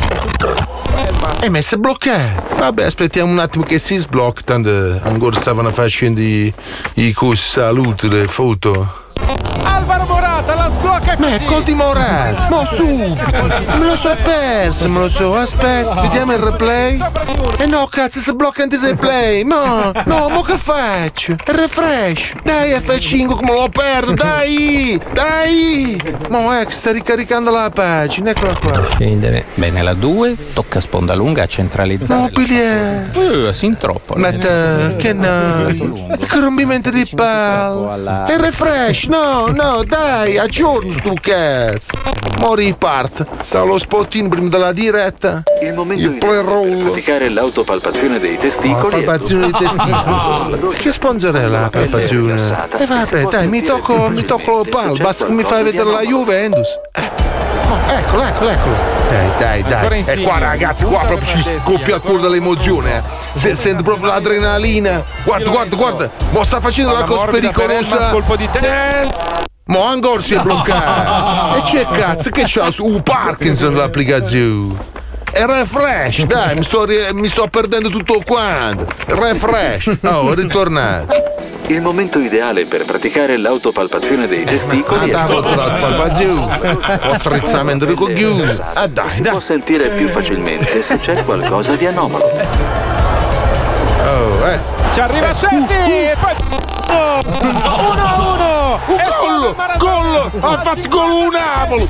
Ma si è bloccato. Vabbè, aspettiamo un attimo che si sblocca. Tanto ancora stavano facendo i cosi saluti, le foto. Alvaro Morata la sblocca. Ma è col di Morata. Ma subito. Me lo so perso, aspetta, vediamo il replay. No, cazzo, si blocca anche il replay. No, mo che faccio? Il refresh. Dai, F5 come lo perdo, dai. Mo sta ricaricando la pagina, eccola qua. Scendere. Bene, la 2 tocca sponda lunga a centralizzare. Mobile. Sin troppo. Che no. Il rompimento di palla. Il refresh, no, dai, aggiorno sto cazzo. Mo riparte. Sta lo spottino prima della diretta. Il momento il play roll. Per praticare l'autopalpazione dei testicoli. Palpazione dei testicoli. Che sponsor è la palpazione? Vabbè, dai, mi tocco lo pal. Basta che mi fai vedere la Juventus. Eccolo. Dai. E qua ragazzi, qua proprio ci scoppia il cuore dall'emozione. Sente proprio l'adrenalina. Guarda. Mo sta facendo la cosa pericolosa. Colpo di testa. Mo ancora si è bloccato. E c'è cazzo che c'ha su Parkinson l'applicazione. E refresh, dai, mi sto perdendo tutto quanto. Refresh. Oh, ritornato. Il momento ideale per praticare l'autopalpazione dei testicoli è attrezzamento di coglioni. Si può sentire più facilmente se c'è qualcosa di anomalo. Ci arriva Senti e poi 1-1. Gol! Ha fatto gol Napoli!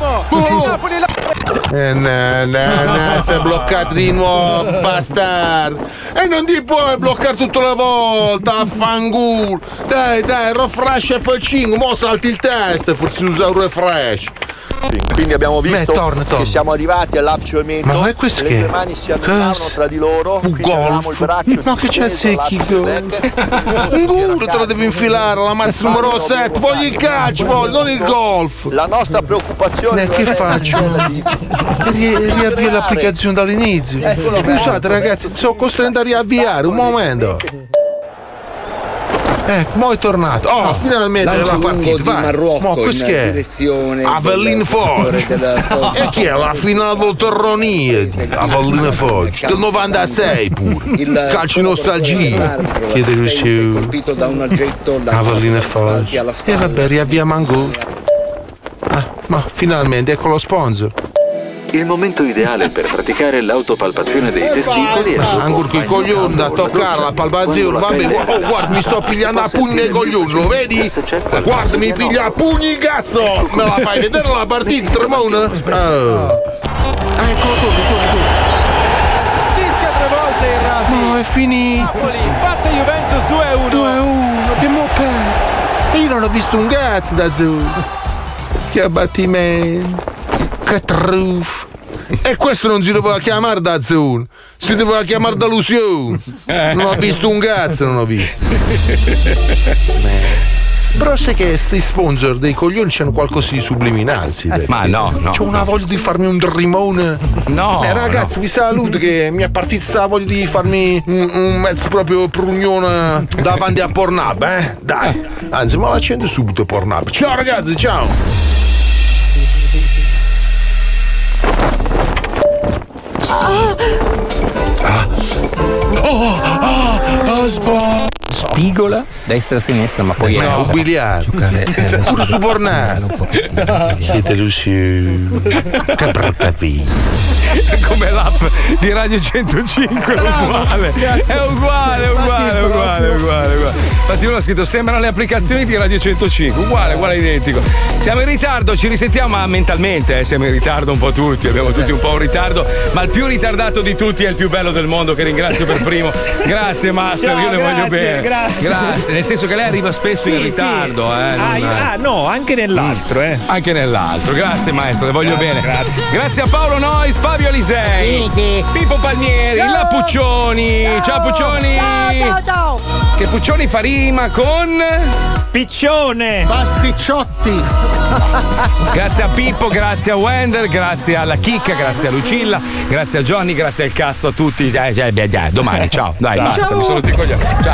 Si è bloccato di nuovo, bastardo! E non ti puoi bloccare tutta la volta, affanculo! Dai, refresh F5, mo salti il test, forse usa un refresh! Quindi abbiamo visto torna. che siamo arrivati all'abbiocimento. Ma è questo le due mani si allenavano tra di loro. Un golf? Ma che c'è secchi? Un guro te lo devi infilare, la mazza numero 7. Voglio il calcio, non il golf. La nostra preoccupazione che faccio? Riavvio l'applicazione dall'inizio. Scusate ragazzi, sono costretto a riavviare un momento. mo è tornato. Oh, finalmente la partita. Vai. Marocco, mo questo che è? Direzione Avellino Foggia. E chi è la finale del torneo? Avellino Foggia del 96 pure. Calcio nostalgia. Chiedere su. colpito da un oggetto Avellino Foggia. E vabbè, riavviamo ancora. Ma finalmente ecco lo sponsor. Il momento ideale per praticare l'autopalpazione dei testicoli è ancora che coglione da toccare la palpazione. Vabbè, guarda, mi sto pigliando a pugni nei coglioni, lo vedi? Guarda, mi piglia a pugni, cazzo! Me la fai vedere la partita, Tremona? Eccolo tu. Fischia 3 volte il Rafi. No, è finito. Napoli batte Juventus 2-1. 2-1, abbiamo perso. E io non ho visto un cazzo da Azzurro. Che abbattimento. Che truffa. E questo non si doveva chiamare da Zone, si doveva chiamare da Lusione. Non ho visto un cazzo, non ho visto. Però sai che questi sponsor dei coglioni c'hanno qualcosa di subliminale, si vede. Ma no. C'ho una voglia di farmi un rimone. No. Ragazzi, vi saluto che mi è partita sta voglia di farmi un mezzo proprio prugnone davanti a Pornhub, eh? Dai. Anzi, ma l'accendo subito Pornhub. Ciao ragazzi, ciao. Spigola, destra e sinistra, ma poi no, biliare. Pure su Pornhub. Chiedelo su. Che brutta vita. Come l'app di Radio 105 è uguale. È uguale. Infatti uno ha scritto sembrano le applicazioni di Radio 105, uguale identico. Siamo in ritardo, ci risentiamo, ma mentalmente siamo in ritardo un po' tutti, abbiamo tutti un po' un ritardo, ma il più ritardato di tutti è il più bello del mondo, che ringrazio per primo. Grazie Master, ciao, io le voglio bene. Grazie, nel senso che lei arriva spesso in ritardo. No, anche nell'altro. Anche nell'altro, grazie maestro, le voglio bene. Grazie a Paolo Nois, Fabio Alisei, Pippo Palmieri, la Puccioni. Ciao Puccioni. Ciao. Che Puccioni fa rima con Piccione. Pasticciotti. Grazie a Pippo, grazie a Wender, grazie alla Chicca, grazie a Lucilla, grazie a Johnny, grazie al cazzo a tutti. Domani, ciao. Dai, basta, mi sono rotto i coglioni. Ciao.